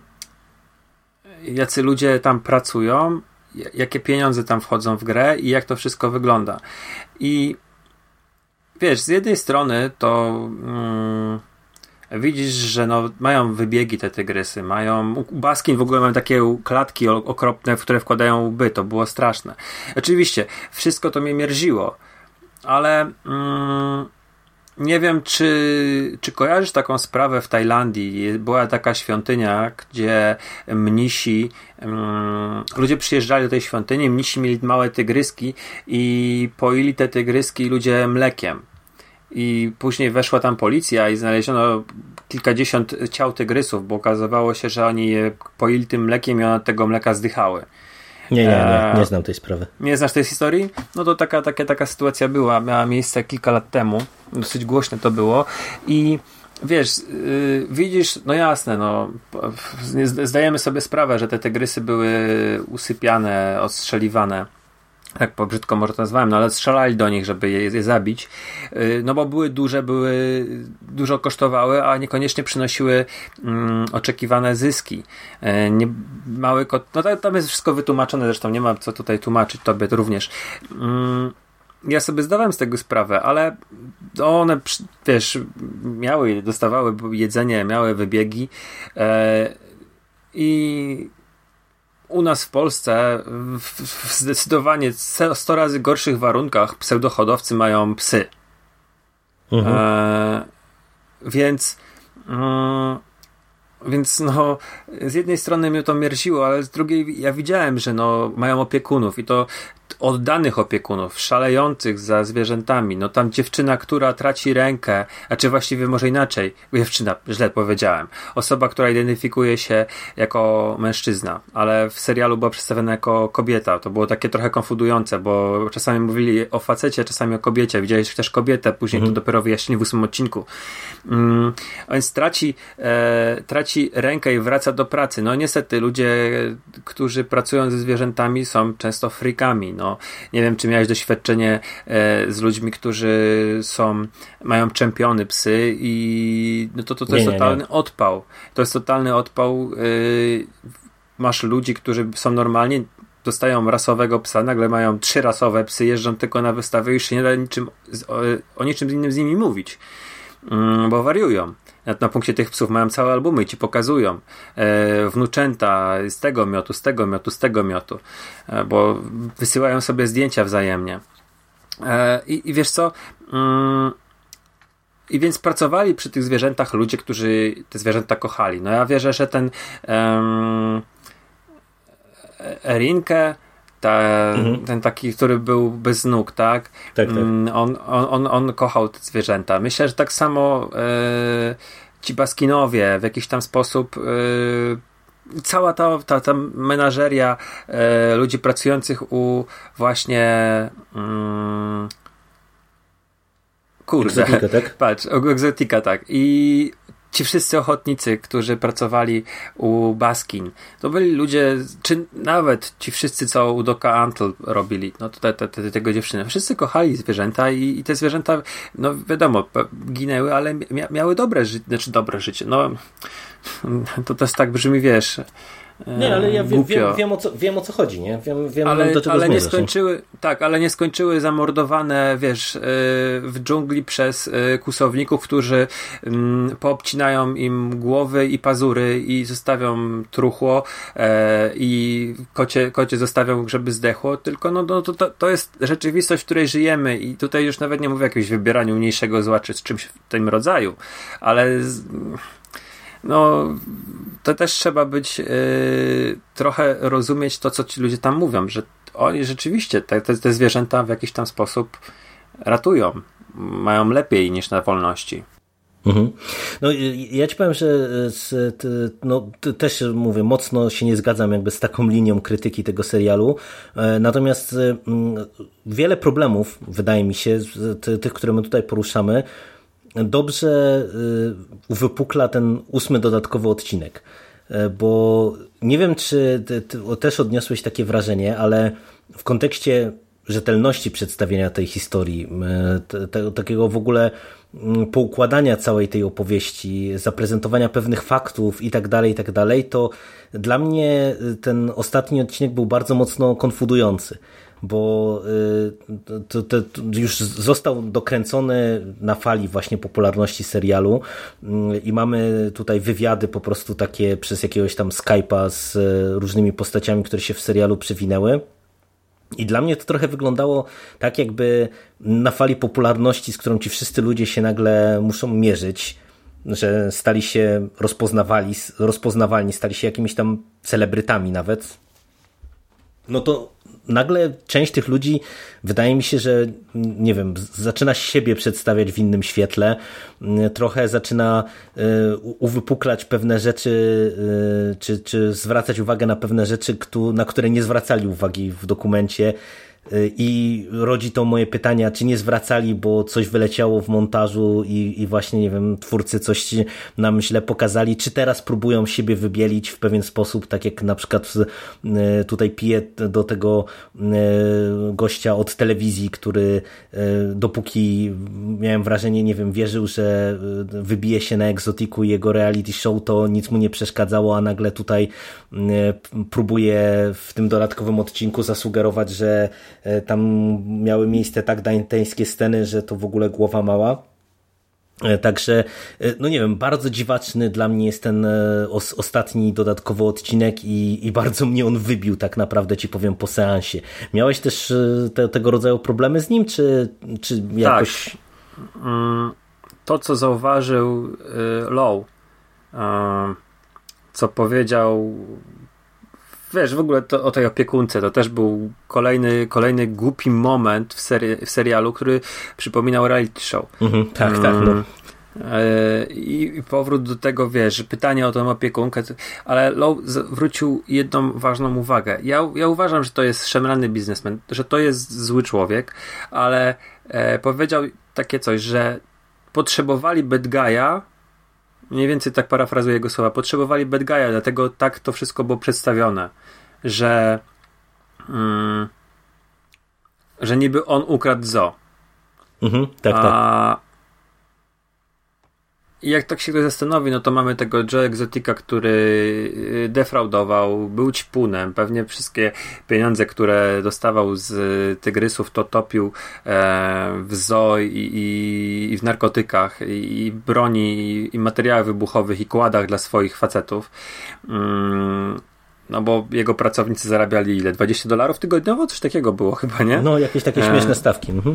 jacy ludzie tam pracują, jakie pieniądze tam wchodzą w grę i jak to wszystko wygląda. I wiesz, z jednej strony to mm, widzisz, że no, mają wybiegi te tygrysy, mają, Baskin w ogóle mają takie klatki okropne, w które wkładają łby, to było straszne. Oczywiście, wszystko to mnie mierziło, ale mm, nie wiem, czy, czy kojarzysz taką sprawę w Tajlandii. Była taka świątynia, gdzie mnisi, um, ludzie przyjeżdżali do tej świątyni, mnisi mieli małe tygryski i poili te tygryski ludzie mlekiem. I później weszła tam policja i znaleziono kilkadziesiąt ciał tygrysów, bo okazywało się, że oni je poili tym mlekiem i one od tego mleka zdychały. Nie, nie, nie, nie znam tej sprawy. Nie znasz tej historii? No to taka, taka, taka sytuacja była, miała miejsce kilka lat temu, dosyć głośne to było i wiesz, yy, widzisz, no jasne, no zdajemy sobie sprawę, że te tygrysy były usypiane, ostrzeliwane, tak po brzydko może to nazwałem, no ale strzelali do nich, żeby je, je zabić, yy, no bo były duże, były dużo kosztowały, a niekoniecznie przynosiły mm, oczekiwane zyski. Yy, nie, mały kot, no to, tam jest wszystko wytłumaczone, zresztą nie ma co tutaj tłumaczyć, tobie to również. Yy, ja sobie zdawałem z tego sprawę, ale one, wiesz, miały, dostawały jedzenie, miały wybiegi yy, i u nas w Polsce w, w zdecydowanie sto razy gorszych warunkach pseudohodowcy mają psy. Mhm. E, więc mm, więc no z jednej strony mnie to mierziło, ale z drugiej ja widziałem, że no mają opiekunów i to oddanych opiekunów, szalejących za zwierzętami. No tam dziewczyna, która traci rękę, a czy właściwie może inaczej, dziewczyna, źle powiedziałem, osoba, która identyfikuje się jako mężczyzna, ale w serialu była przedstawiona jako kobieta. To było takie trochę konfudujące, bo czasami mówili o facecie, czasami o kobiecie. Widziałeś też kobietę, później mhm. to dopiero wyjaśnili w ósmym odcinku. Mm, więc traci, e, traci rękę i wraca do pracy. No niestety ludzie, którzy pracują ze zwierzętami, są często freakami. No, nie wiem, czy miałeś doświadczenie e, z ludźmi, którzy są, mają czempiony psy i no to, to, to nie, jest totalny nie, nie. odpał. To jest totalny odpał. Y, masz ludzi, którzy są normalnie, dostają rasowego psa, nagle mają trzy rasowe psy, jeżdżą tylko na wystawę i już się nie da niczym, o, o niczym innym z nimi mówić. Y, bo wariują. Na, na punkcie tych psów mają całe albumy i ci pokazują e, wnuczęta z tego miotu, z tego miotu, z tego miotu, e, bo wysyłają sobie zdjęcia wzajemnie. E, i, I wiesz co? Mm, I więc pracowali przy tych zwierzętach ludzie, którzy te zwierzęta kochali. No ja wierzę, że ten um, Erinkę, Ta, mhm. ten taki, który był bez nóg, tak? Tak, tak. On, on, on, on kochał te zwierzęta. Myślę, że tak samo e, ci Baskinowie w jakiś tam sposób e, cała ta, ta, ta menażeria e, ludzi pracujących u właśnie mm, kurde, Exotica, tak? Patrz, Exotica, tak. I ci wszyscy ochotnicy, którzy pracowali u Baskin, to byli ludzie, czy nawet ci wszyscy, co u Doka Antle robili, no to te, te, te, tego dziewczyny, wszyscy kochali zwierzęta i, i te zwierzęta, no wiadomo, ginęły, ale mia, miały dobre życie, znaczy dobre życie, no to też tak brzmi, wiesz, nie, ale ja wiem, wiem, wiem, o, co, wiem o co chodzi, nie? Wiem, wiem ale, do czego ale nie zmierzasz, skończyły, nie? tak, ale nie skończyły zamordowane, wiesz, w dżungli przez kłusowników, którzy poobcinają im głowy i pazury i zostawią truchło i kocie, kocie zostawią, żeby zdechło, tylko no, no to, to, to jest rzeczywistość, w której żyjemy i tutaj już nawet nie mówię o jakimś wybieraniu mniejszego zła, czy z czymś w tym rodzaju, ale z, no to też trzeba być yy, trochę rozumieć to, co ci ludzie tam mówią, że oni rzeczywiście te, te, te zwierzęta w jakiś tam sposób ratują. Mają lepiej niż na wolności. Mhm. No ja ci powiem, że z, no, też mówię, mocno się nie zgadzam jakby z taką linią krytyki tego serialu, natomiast wiele problemów, wydaje mi się, tych, które my tutaj poruszamy, dobrze uwypukla ten ósmy dodatkowy odcinek, bo nie wiem, czy ty, ty też odniosłeś takie wrażenie, ale w kontekście rzetelności przedstawienia tej historii, te, te, takiego w ogóle poukładania całej tej opowieści, zaprezentowania pewnych faktów i tak dalej, i tak dalej, to dla mnie ten ostatni odcinek był bardzo mocno konfudujący, bo to, to, to już został dokręcony na fali właśnie popularności serialu i mamy tutaj wywiady po prostu takie przez jakiegoś tam Skype'a z różnymi postaciami, które się w serialu przewinęły. I dla mnie to trochę wyglądało tak, jakby na fali popularności, z którą ci wszyscy ludzie się nagle muszą mierzyć, że stali się rozpoznawali, rozpoznawalni, stali się jakimiś tam celebrytami nawet, no to nagle część tych ludzi, wydaje mi się, że nie wiem, zaczyna siebie przedstawiać w innym świetle, trochę zaczyna uwypuklać pewne rzeczy, czy, czy zwracać uwagę na pewne rzeczy, na które nie zwracali uwagi w dokumencie. I rodzi to moje pytania, czy nie zwracali, bo coś wyleciało w montażu i, i właśnie, nie wiem, twórcy coś nam źle pokazali, czy teraz próbują siebie wybielić w pewien sposób, tak jak na przykład tutaj piję do tego gościa od telewizji, który dopóki miałem wrażenie, nie wiem, wierzył, że wybije się na Egzotiku i jego reality show, to nic mu nie przeszkadzało, a nagle tutaj próbuje w tym dodatkowym odcinku zasugerować, że tam miały miejsce tak danteńskie sceny, że to w ogóle głowa mała. Także, no nie wiem, bardzo dziwaczny dla mnie jest ten os- ostatni dodatkowy odcinek i, i bardzo mnie on wybił, tak naprawdę ci powiem, po seansie. Miałeś też te, tego rodzaju problemy z nim, czy, czy jakoś... Tak. To, co zauważył Low, co powiedział, wiesz, w ogóle to, o tej opiekunce, to też był kolejny, kolejny głupi moment w, seri- w serialu, który przypominał reality show. Mhm, tak, tak. No. I, I powrót do tego, wiesz, pytanie o tą opiekunkę, ale Low zwrócił jedną ważną uwagę. Ja, ja uważam, że to jest szemrany biznesmen, że to jest zły człowiek, ale e, powiedział takie coś, że potrzebowali bad guy'a, mniej więcej tak parafrazuję jego słowa, potrzebowali bad guy'a, dlatego tak to wszystko było przedstawione, że mm, że niby on ukradł zoo. Mhm, tak, A tak. i jak tak się go zastanowi, no to mamy tego Joe Exotica, który defraudował, był ćpunem, pewnie wszystkie pieniądze, które dostawał z tygrysów, to topił w zoo i, i, i w narkotykach, i, i broni, i, i materiałach wybuchowych, i kładach dla swoich facetów. No bo jego pracownicy zarabiali ile? dwadzieścia dolarów tygodniowo? Coś takiego było chyba, nie? No, jakieś takie śmieszne stawki. Mhm.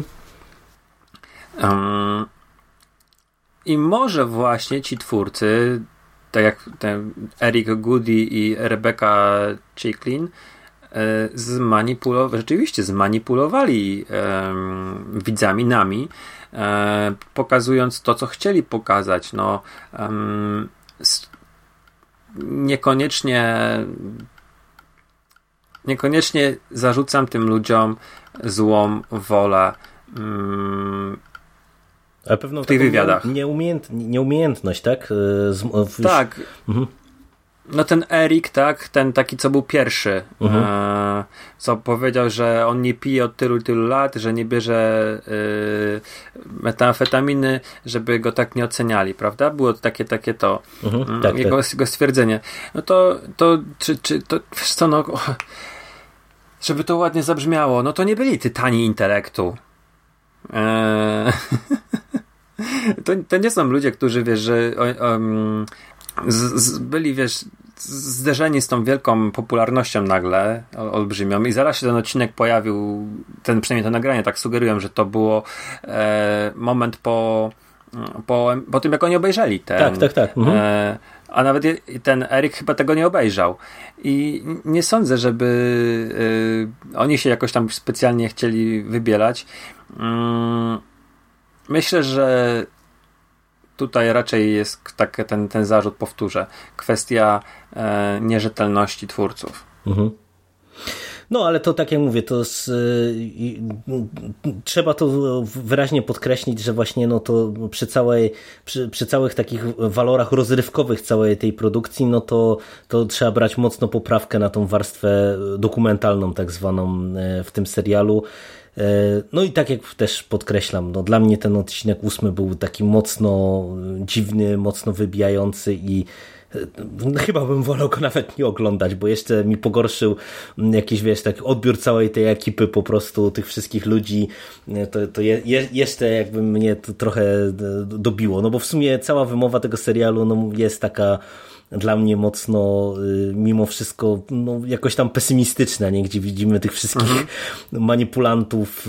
Um, I może właśnie ci twórcy, tak jak ten Eric Goody i Rebecca Chaiklin, zmanipulowali, rzeczywiście zmanipulowali um, widzami, nami, um, pokazując to, co chcieli pokazać. No, um, niekoniecznie niekoniecznie zarzucam tym ludziom złą wolę um, Ale pewną w tych wywiadach. Nieumiejęt, nieumiejętność, tak? Z, w, tak. Mhm. No ten Erik, tak, ten taki, co był pierwszy, Mhm. e, co powiedział, że on nie pije od tylu, tylu lat, że nie bierze e, metamfetaminy, żeby go tak nie oceniali, prawda? Było to takie, takie to Mhm. Tak, jego, tak. jego stwierdzenie. No to, to czy, czy to, wiesz co, no żeby to ładnie zabrzmiało, no to nie byli tytani intelektu. E, to, to nie są ludzie, którzy, wiesz, że um, z, z, byli, wiesz, zderzeni z tą wielką popularnością nagle, ol, olbrzymią, i zaraz się ten odcinek pojawił, ten, przynajmniej to nagranie tak sugerują, że to było e, moment po po, po tym, jak oni obejrzeli ten. Tak, tak, tak. Mhm. E, a nawet ten Erik chyba tego nie obejrzał. I nie sądzę, żeby y, oni się jakoś tam specjalnie chcieli wybielać. Mm, myślę, że tutaj raczej jest tak, ten, ten zarzut, powtórzę, kwestia e, nierzetelności twórców. Mhm. No, ale to tak jak mówię, to z, y, y, trzeba to wyraźnie podkreślić, że właśnie no to przy całej, przy, przy całych takich walorach rozrywkowych całej tej produkcji, no to, to trzeba brać mocno poprawkę na tą warstwę dokumentalną tak zwaną w tym serialu. No i tak jak też podkreślam, no dla mnie ten odcinek ósmy był taki mocno dziwny, mocno wybijający i no, chyba bym wolał go nawet nie oglądać, bo jeszcze mi pogorszył jakiś, wiesz, taki odbiór całej tej ekipy, po prostu tych wszystkich ludzi, to, to je, je, jeszcze jakby mnie to trochę dobiło, no bo w sumie cała wymowa tego serialu no, jest taka dla mnie mocno mimo wszystko no, jakoś tam pesymistyczna, nie? Gdzie widzimy tych wszystkich mhm. manipulantów,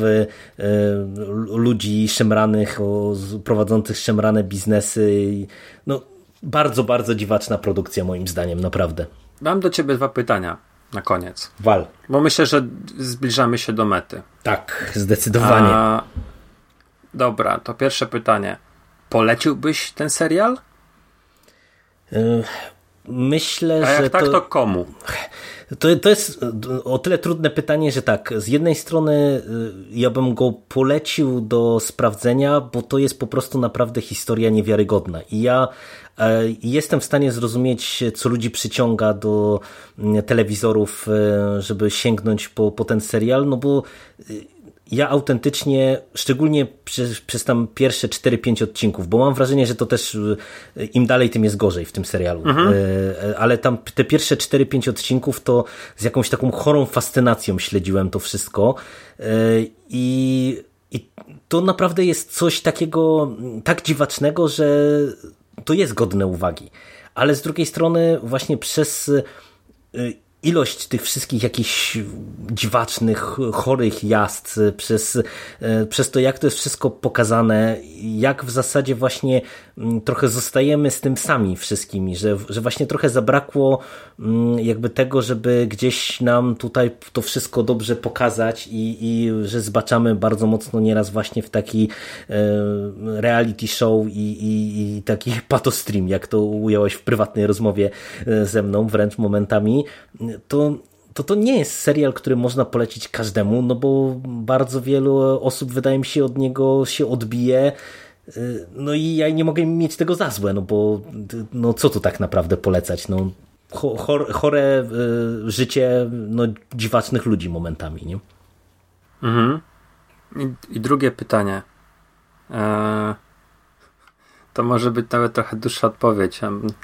ludzi szemranych, prowadzących szemrane biznesy. No, bardzo, bardzo dziwaczna produkcja moim zdaniem, naprawdę. Mam do ciebie dwa pytania na koniec. Wal. Bo myślę, że zbliżamy się do mety. Tak, zdecydowanie. A, dobra, to pierwsze pytanie. Poleciłbyś ten serial? Myślę, A jak że tak, to... to komu? To, to jest o tyle trudne pytanie, że tak, z jednej strony ja bym go polecił do sprawdzenia, bo to jest po prostu naprawdę historia niewiarygodna i ja jestem w stanie zrozumieć, co ludzi przyciąga do telewizorów, żeby sięgnąć po, po ten serial, no bo ja autentycznie, szczególnie przez, przez tam pierwsze cztery pięć odcinków, bo mam wrażenie, że to też im dalej, tym jest gorzej w tym serialu. Mhm. Ale tam te pierwsze cztery pięć odcinków to z jakąś taką chorą fascynacją śledziłem to wszystko. I, i to naprawdę jest coś takiego, tak dziwacznego, że to jest godne uwagi. Ale z drugiej strony właśnie przez ilość tych wszystkich jakichś dziwacznych, chorych jazd, przez, przez to, jak to jest wszystko pokazane, jak w zasadzie właśnie trochę zostajemy z tym sami wszystkimi, że, że właśnie trochę zabrakło jakby tego, żeby gdzieś nam tutaj to wszystko dobrze pokazać i, i że zbaczamy bardzo mocno nieraz właśnie w taki reality show i, i, i taki patostream, jak to ująłeś w prywatnej rozmowie ze mną, wręcz momentami, to, to to nie jest serial, który można polecić każdemu, no bo bardzo wielu osób, wydaje mi się, od niego się odbije. No i ja nie mogę mieć tego za złe, no bo no co tu tak naprawdę polecać? No, chore, chore życie no, dziwacznych ludzi momentami, nie? Mhm. I, i drugie pytanie. Eee... To może być nawet trochę dłuższa odpowiedź.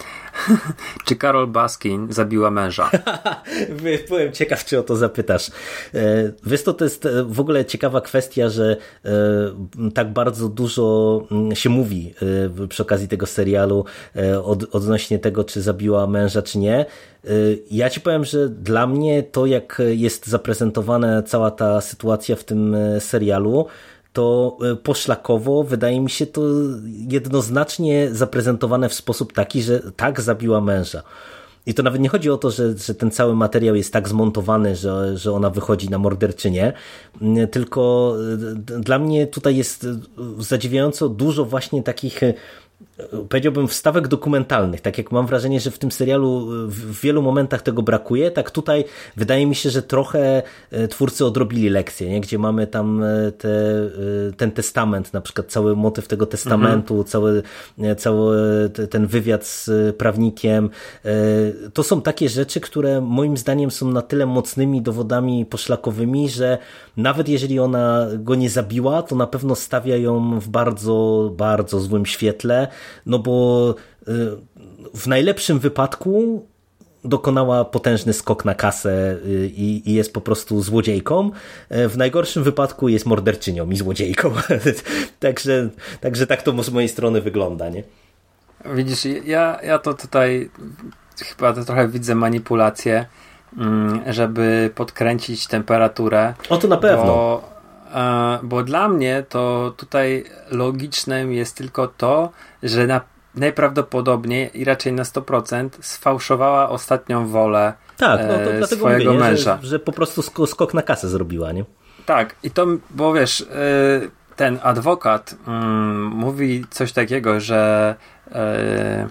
Czy Carol Baskin zabiła męża? Byłem ciekaw, czy o to zapytasz. Wiesz, to, to jest w ogóle ciekawa kwestia, że tak bardzo dużo się mówi przy okazji tego serialu od, odnośnie tego, czy zabiła męża, czy nie. Ja ci powiem, że dla mnie to, jak jest zaprezentowana cała ta sytuacja w tym serialu, to poszlakowo wydaje mi się to jednoznacznie zaprezentowane w sposób taki, że tak, zabiła męża. I to nawet nie chodzi o to, że, że ten cały materiał jest tak zmontowany, że, że ona wychodzi na morderczynię, tylko dla mnie tutaj jest zadziwiająco dużo właśnie takich, powiedziałbym, wstawek dokumentalnych. Tak jak mam wrażenie, że w tym serialu w wielu momentach tego brakuje, tak tutaj wydaje mi się, że trochę twórcy odrobili lekcję, nie? Gdzie mamy tam te, ten testament, na przykład cały motyw tego testamentu, mhm. cały, cały ten wywiad z prawnikiem. To są takie rzeczy, które moim zdaniem są na tyle mocnymi dowodami poszlakowymi, że nawet jeżeli ona go nie zabiła, to na pewno stawia ją w bardzo, bardzo złym świetle, no bo w najlepszym wypadku dokonała potężny skok na kasę i, i jest po prostu złodziejką. W najgorszym wypadku jest morderczynią i złodziejką. także, także tak to z mojej strony wygląda, nie? Widzisz, ja, ja to tutaj chyba to trochę widzę manipulację, żeby podkręcić temperaturę. O, to na pewno. Bo, bo dla mnie to tutaj logicznym jest tylko to, że na, najprawdopodobniej i raczej na sto procent sfałszowała ostatnią wolę tak, no to e, dlatego swojego mówię, męża. Że, że po prostu skok na kasę zrobiła, nie? Tak, i to, bo wiesz, ten adwokat mm, mówi coś takiego, że e,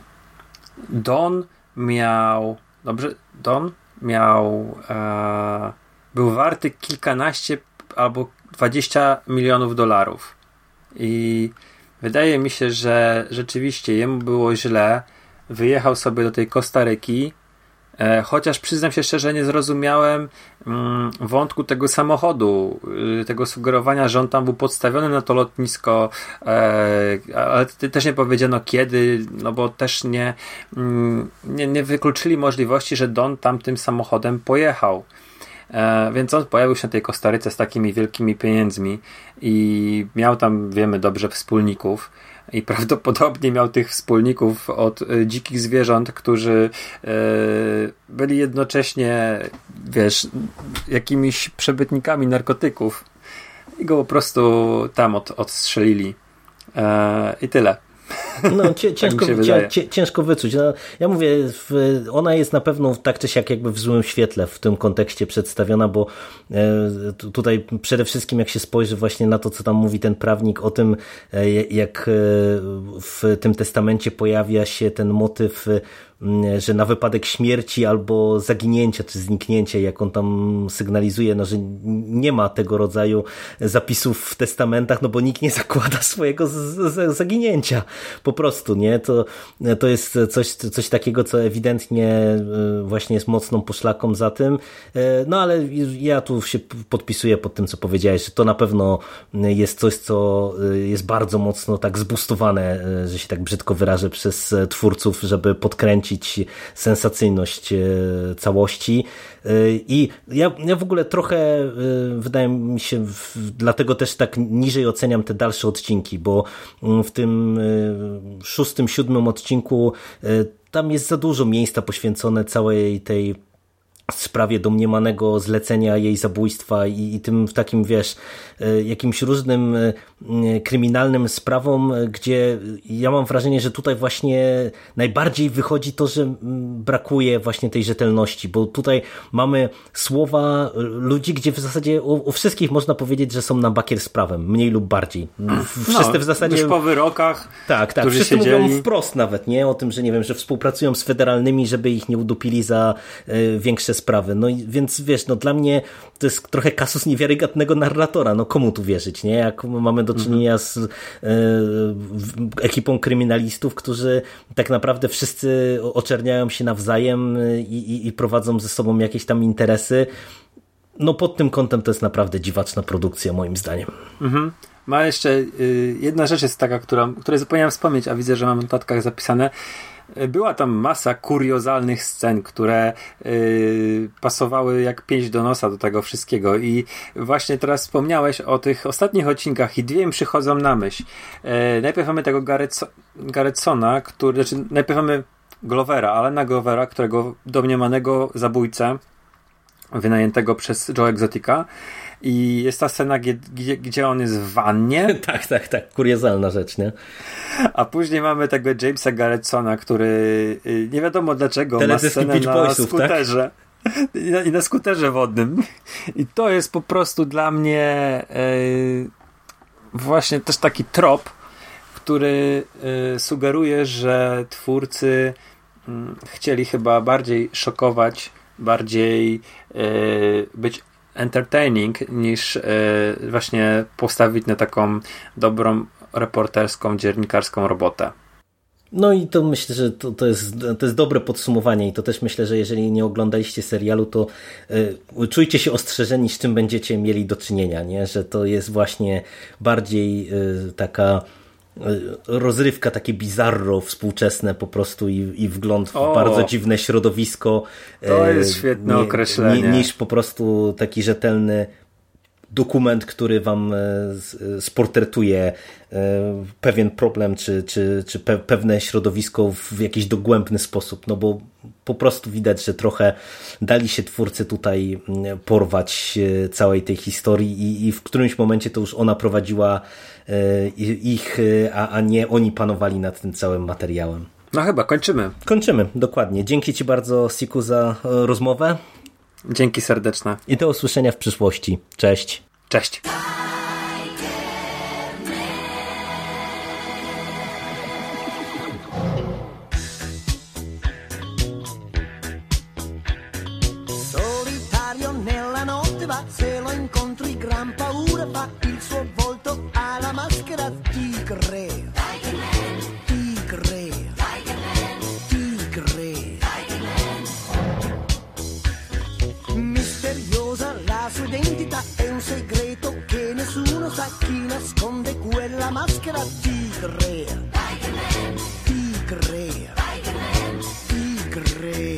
Don miał, dobrze, Don miał, e, był warty kilkanaście albo dwadzieścia milionów dolarów. I wydaje mi się, że rzeczywiście jemu było źle, wyjechał sobie do tej Kostaryki, e, chociaż przyznam się szczerze, nie zrozumiałem mm, wątku tego samochodu, y, tego sugerowania, że on tam był podstawiony na to lotnisko, e, ale też nie powiedziano kiedy, no bo też nie, mm, nie, nie wykluczyli możliwości, że Don tam tym samochodem pojechał. E, więc on pojawił się na tej Kostaryce z takimi wielkimi pieniędzmi i miał tam, wiemy dobrze, wspólników i prawdopodobnie miał tych wspólników od e, dzikich zwierząt, którzy e, byli jednocześnie, wiesz, jakimiś przebytnikami narkotyków i go po prostu tam od, odstrzelili. E, I tyle. No, cie, ciężko, tak cie, cie, ciężko wyczuć. No, ja mówię, w, ona jest na pewno tak czy siak jakby w złym świetle w tym kontekście przedstawiona, bo e, tutaj przede wszystkim jak się spojrzy właśnie na to, co tam mówi ten prawnik o tym, e, jak e, w tym testamencie pojawia się ten motyw, że na wypadek śmierci albo zaginięcia czy zniknięcia, jak on tam sygnalizuje, no, że nie ma tego rodzaju zapisów w testamentach, no bo nikt nie zakłada swojego z, z, zaginięcia. Po prostu, nie? To, to jest coś, coś takiego, co ewidentnie właśnie jest mocną poszlaką za tym. No ale ja tu się podpisuję pod tym, co powiedziałeś, że to na pewno jest coś, co jest bardzo mocno tak zbustowane, że się tak brzydko wyrażę, przez twórców, żeby podkręcić sensacyjność całości. I ja, ja w ogóle trochę, wydaje mi się, dlatego też tak niżej oceniam te dalsze odcinki, bo w tym szóstym, siódmym odcinku tam jest za dużo miejsca poświęcone całej tej sprawie domniemanego zlecenia jej zabójstwa i, i tym w takim, wiesz, jakimś różnym kryminalnym sprawom, gdzie ja mam wrażenie, że tutaj właśnie najbardziej wychodzi to, że brakuje właśnie tej rzetelności, bo tutaj mamy słowa ludzi, gdzie w zasadzie o, o wszystkich można powiedzieć, że są na bakier z prawem, mniej lub bardziej. Wszyscy no, w zasadzie... już po wyrokach, tak, tak, wszyscy siedzieli... mówią wprost nawet, nie? O tym, że nie wiem, że współpracują z federalnymi, żeby ich nie udupili za y, większe sprawy. No i więc wiesz, no dla mnie to jest trochę kasus niewiarygodnego narratora. No komu tu wierzyć, nie? Jak mamy do czynienia z y, ekipą kryminalistów, którzy tak naprawdę wszyscy oczerniają się nawzajem i, i, i prowadzą ze sobą jakieś tam interesy. No pod tym kątem to jest naprawdę dziwaczna produkcja, moim zdaniem. Mhm. Ma jeszcze y, jedna rzecz jest taka, która, której zapomniałem wspomnieć, a widzę, że mam w notatkach zapisane. Była tam masa kuriozalnych scen, które yy, pasowały jak pięść do nosa do tego wszystkiego i właśnie teraz wspomniałeś o tych ostatnich odcinkach i dwie mi przychodzą na myśl. Yy, najpierw mamy tego Garretsona, który, znaczy najpierw mamy Glovera, Alana Glovera, którego domniemanego zabójcę wynajętego przez Joe Exotica. I jest ta scena, gdzie, gdzie on jest w wannie. tak, tak, tak. Kuriozalna rzecz, nie? A później mamy tego Jamesa Garretsona, który nie wiadomo dlaczego Teledyski ma scenę Beach na Boysów, skuterze. Tak? I, na, I na skuterze wodnym. I to jest po prostu dla mnie yy, właśnie też taki trop, który yy, sugeruje, że twórcy yy, chcieli chyba bardziej szokować, bardziej yy, być entertaining niż yy, właśnie postawić na taką dobrą reporterską, dziennikarską robotę. No i to myślę, że to, to, jest, to jest dobre podsumowanie i to też myślę, że jeżeli nie oglądaliście serialu, to y, czujcie się ostrzeżeni, z czym będziecie mieli do czynienia, nie? Że to jest właśnie bardziej y, taka rozrywka, takie bizarro współczesne po prostu i, i wgląd w o, bardzo dziwne środowisko. To jest świetne nie, określenie. Nie, niż po prostu taki rzetelny dokument, który wam sportretuje pewien problem, czy, czy, czy pe- pewne środowisko w jakiś dogłębny sposób, no bo po prostu widać, że trochę dali się twórcy tutaj porwać całej tej historii i, i w którymś momencie to już ona prowadziła ich, a, a nie oni panowali nad tym całym materiałem. No chyba, kończymy. Kończymy, dokładnie. Dzięki ci bardzo, Siku, za rozmowę. Dzięki serdeczne. I do usłyszenia w przyszłości. Cześć. Cześć. Solitario nella notte va, se lo incontri gran paura fa, il suo volto ha la maschera tigre. Tigre. Tigre. Misteriosa la sua identità, è un segreto che nessuno sa, chi nasconde quella maschera tigre. Tigre. Tigre.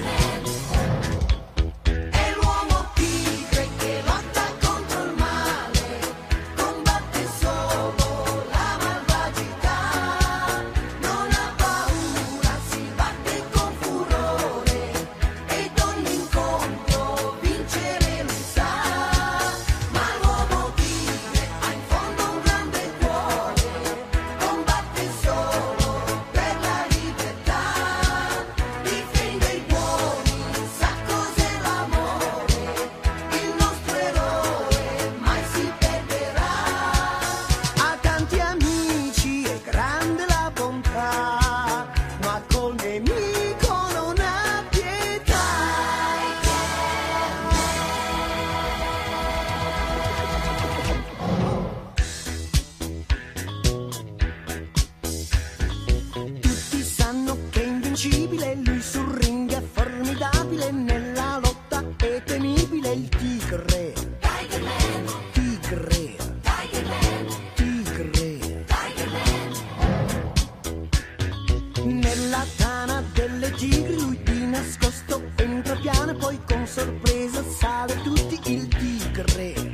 Lui sul ring è formidabile, nella lotta è temibile, il tigre. Tigre. Tigre. Nella tana delle tigri lui di nascosto entra piano e poi con sorpresa sale tutti il tigre.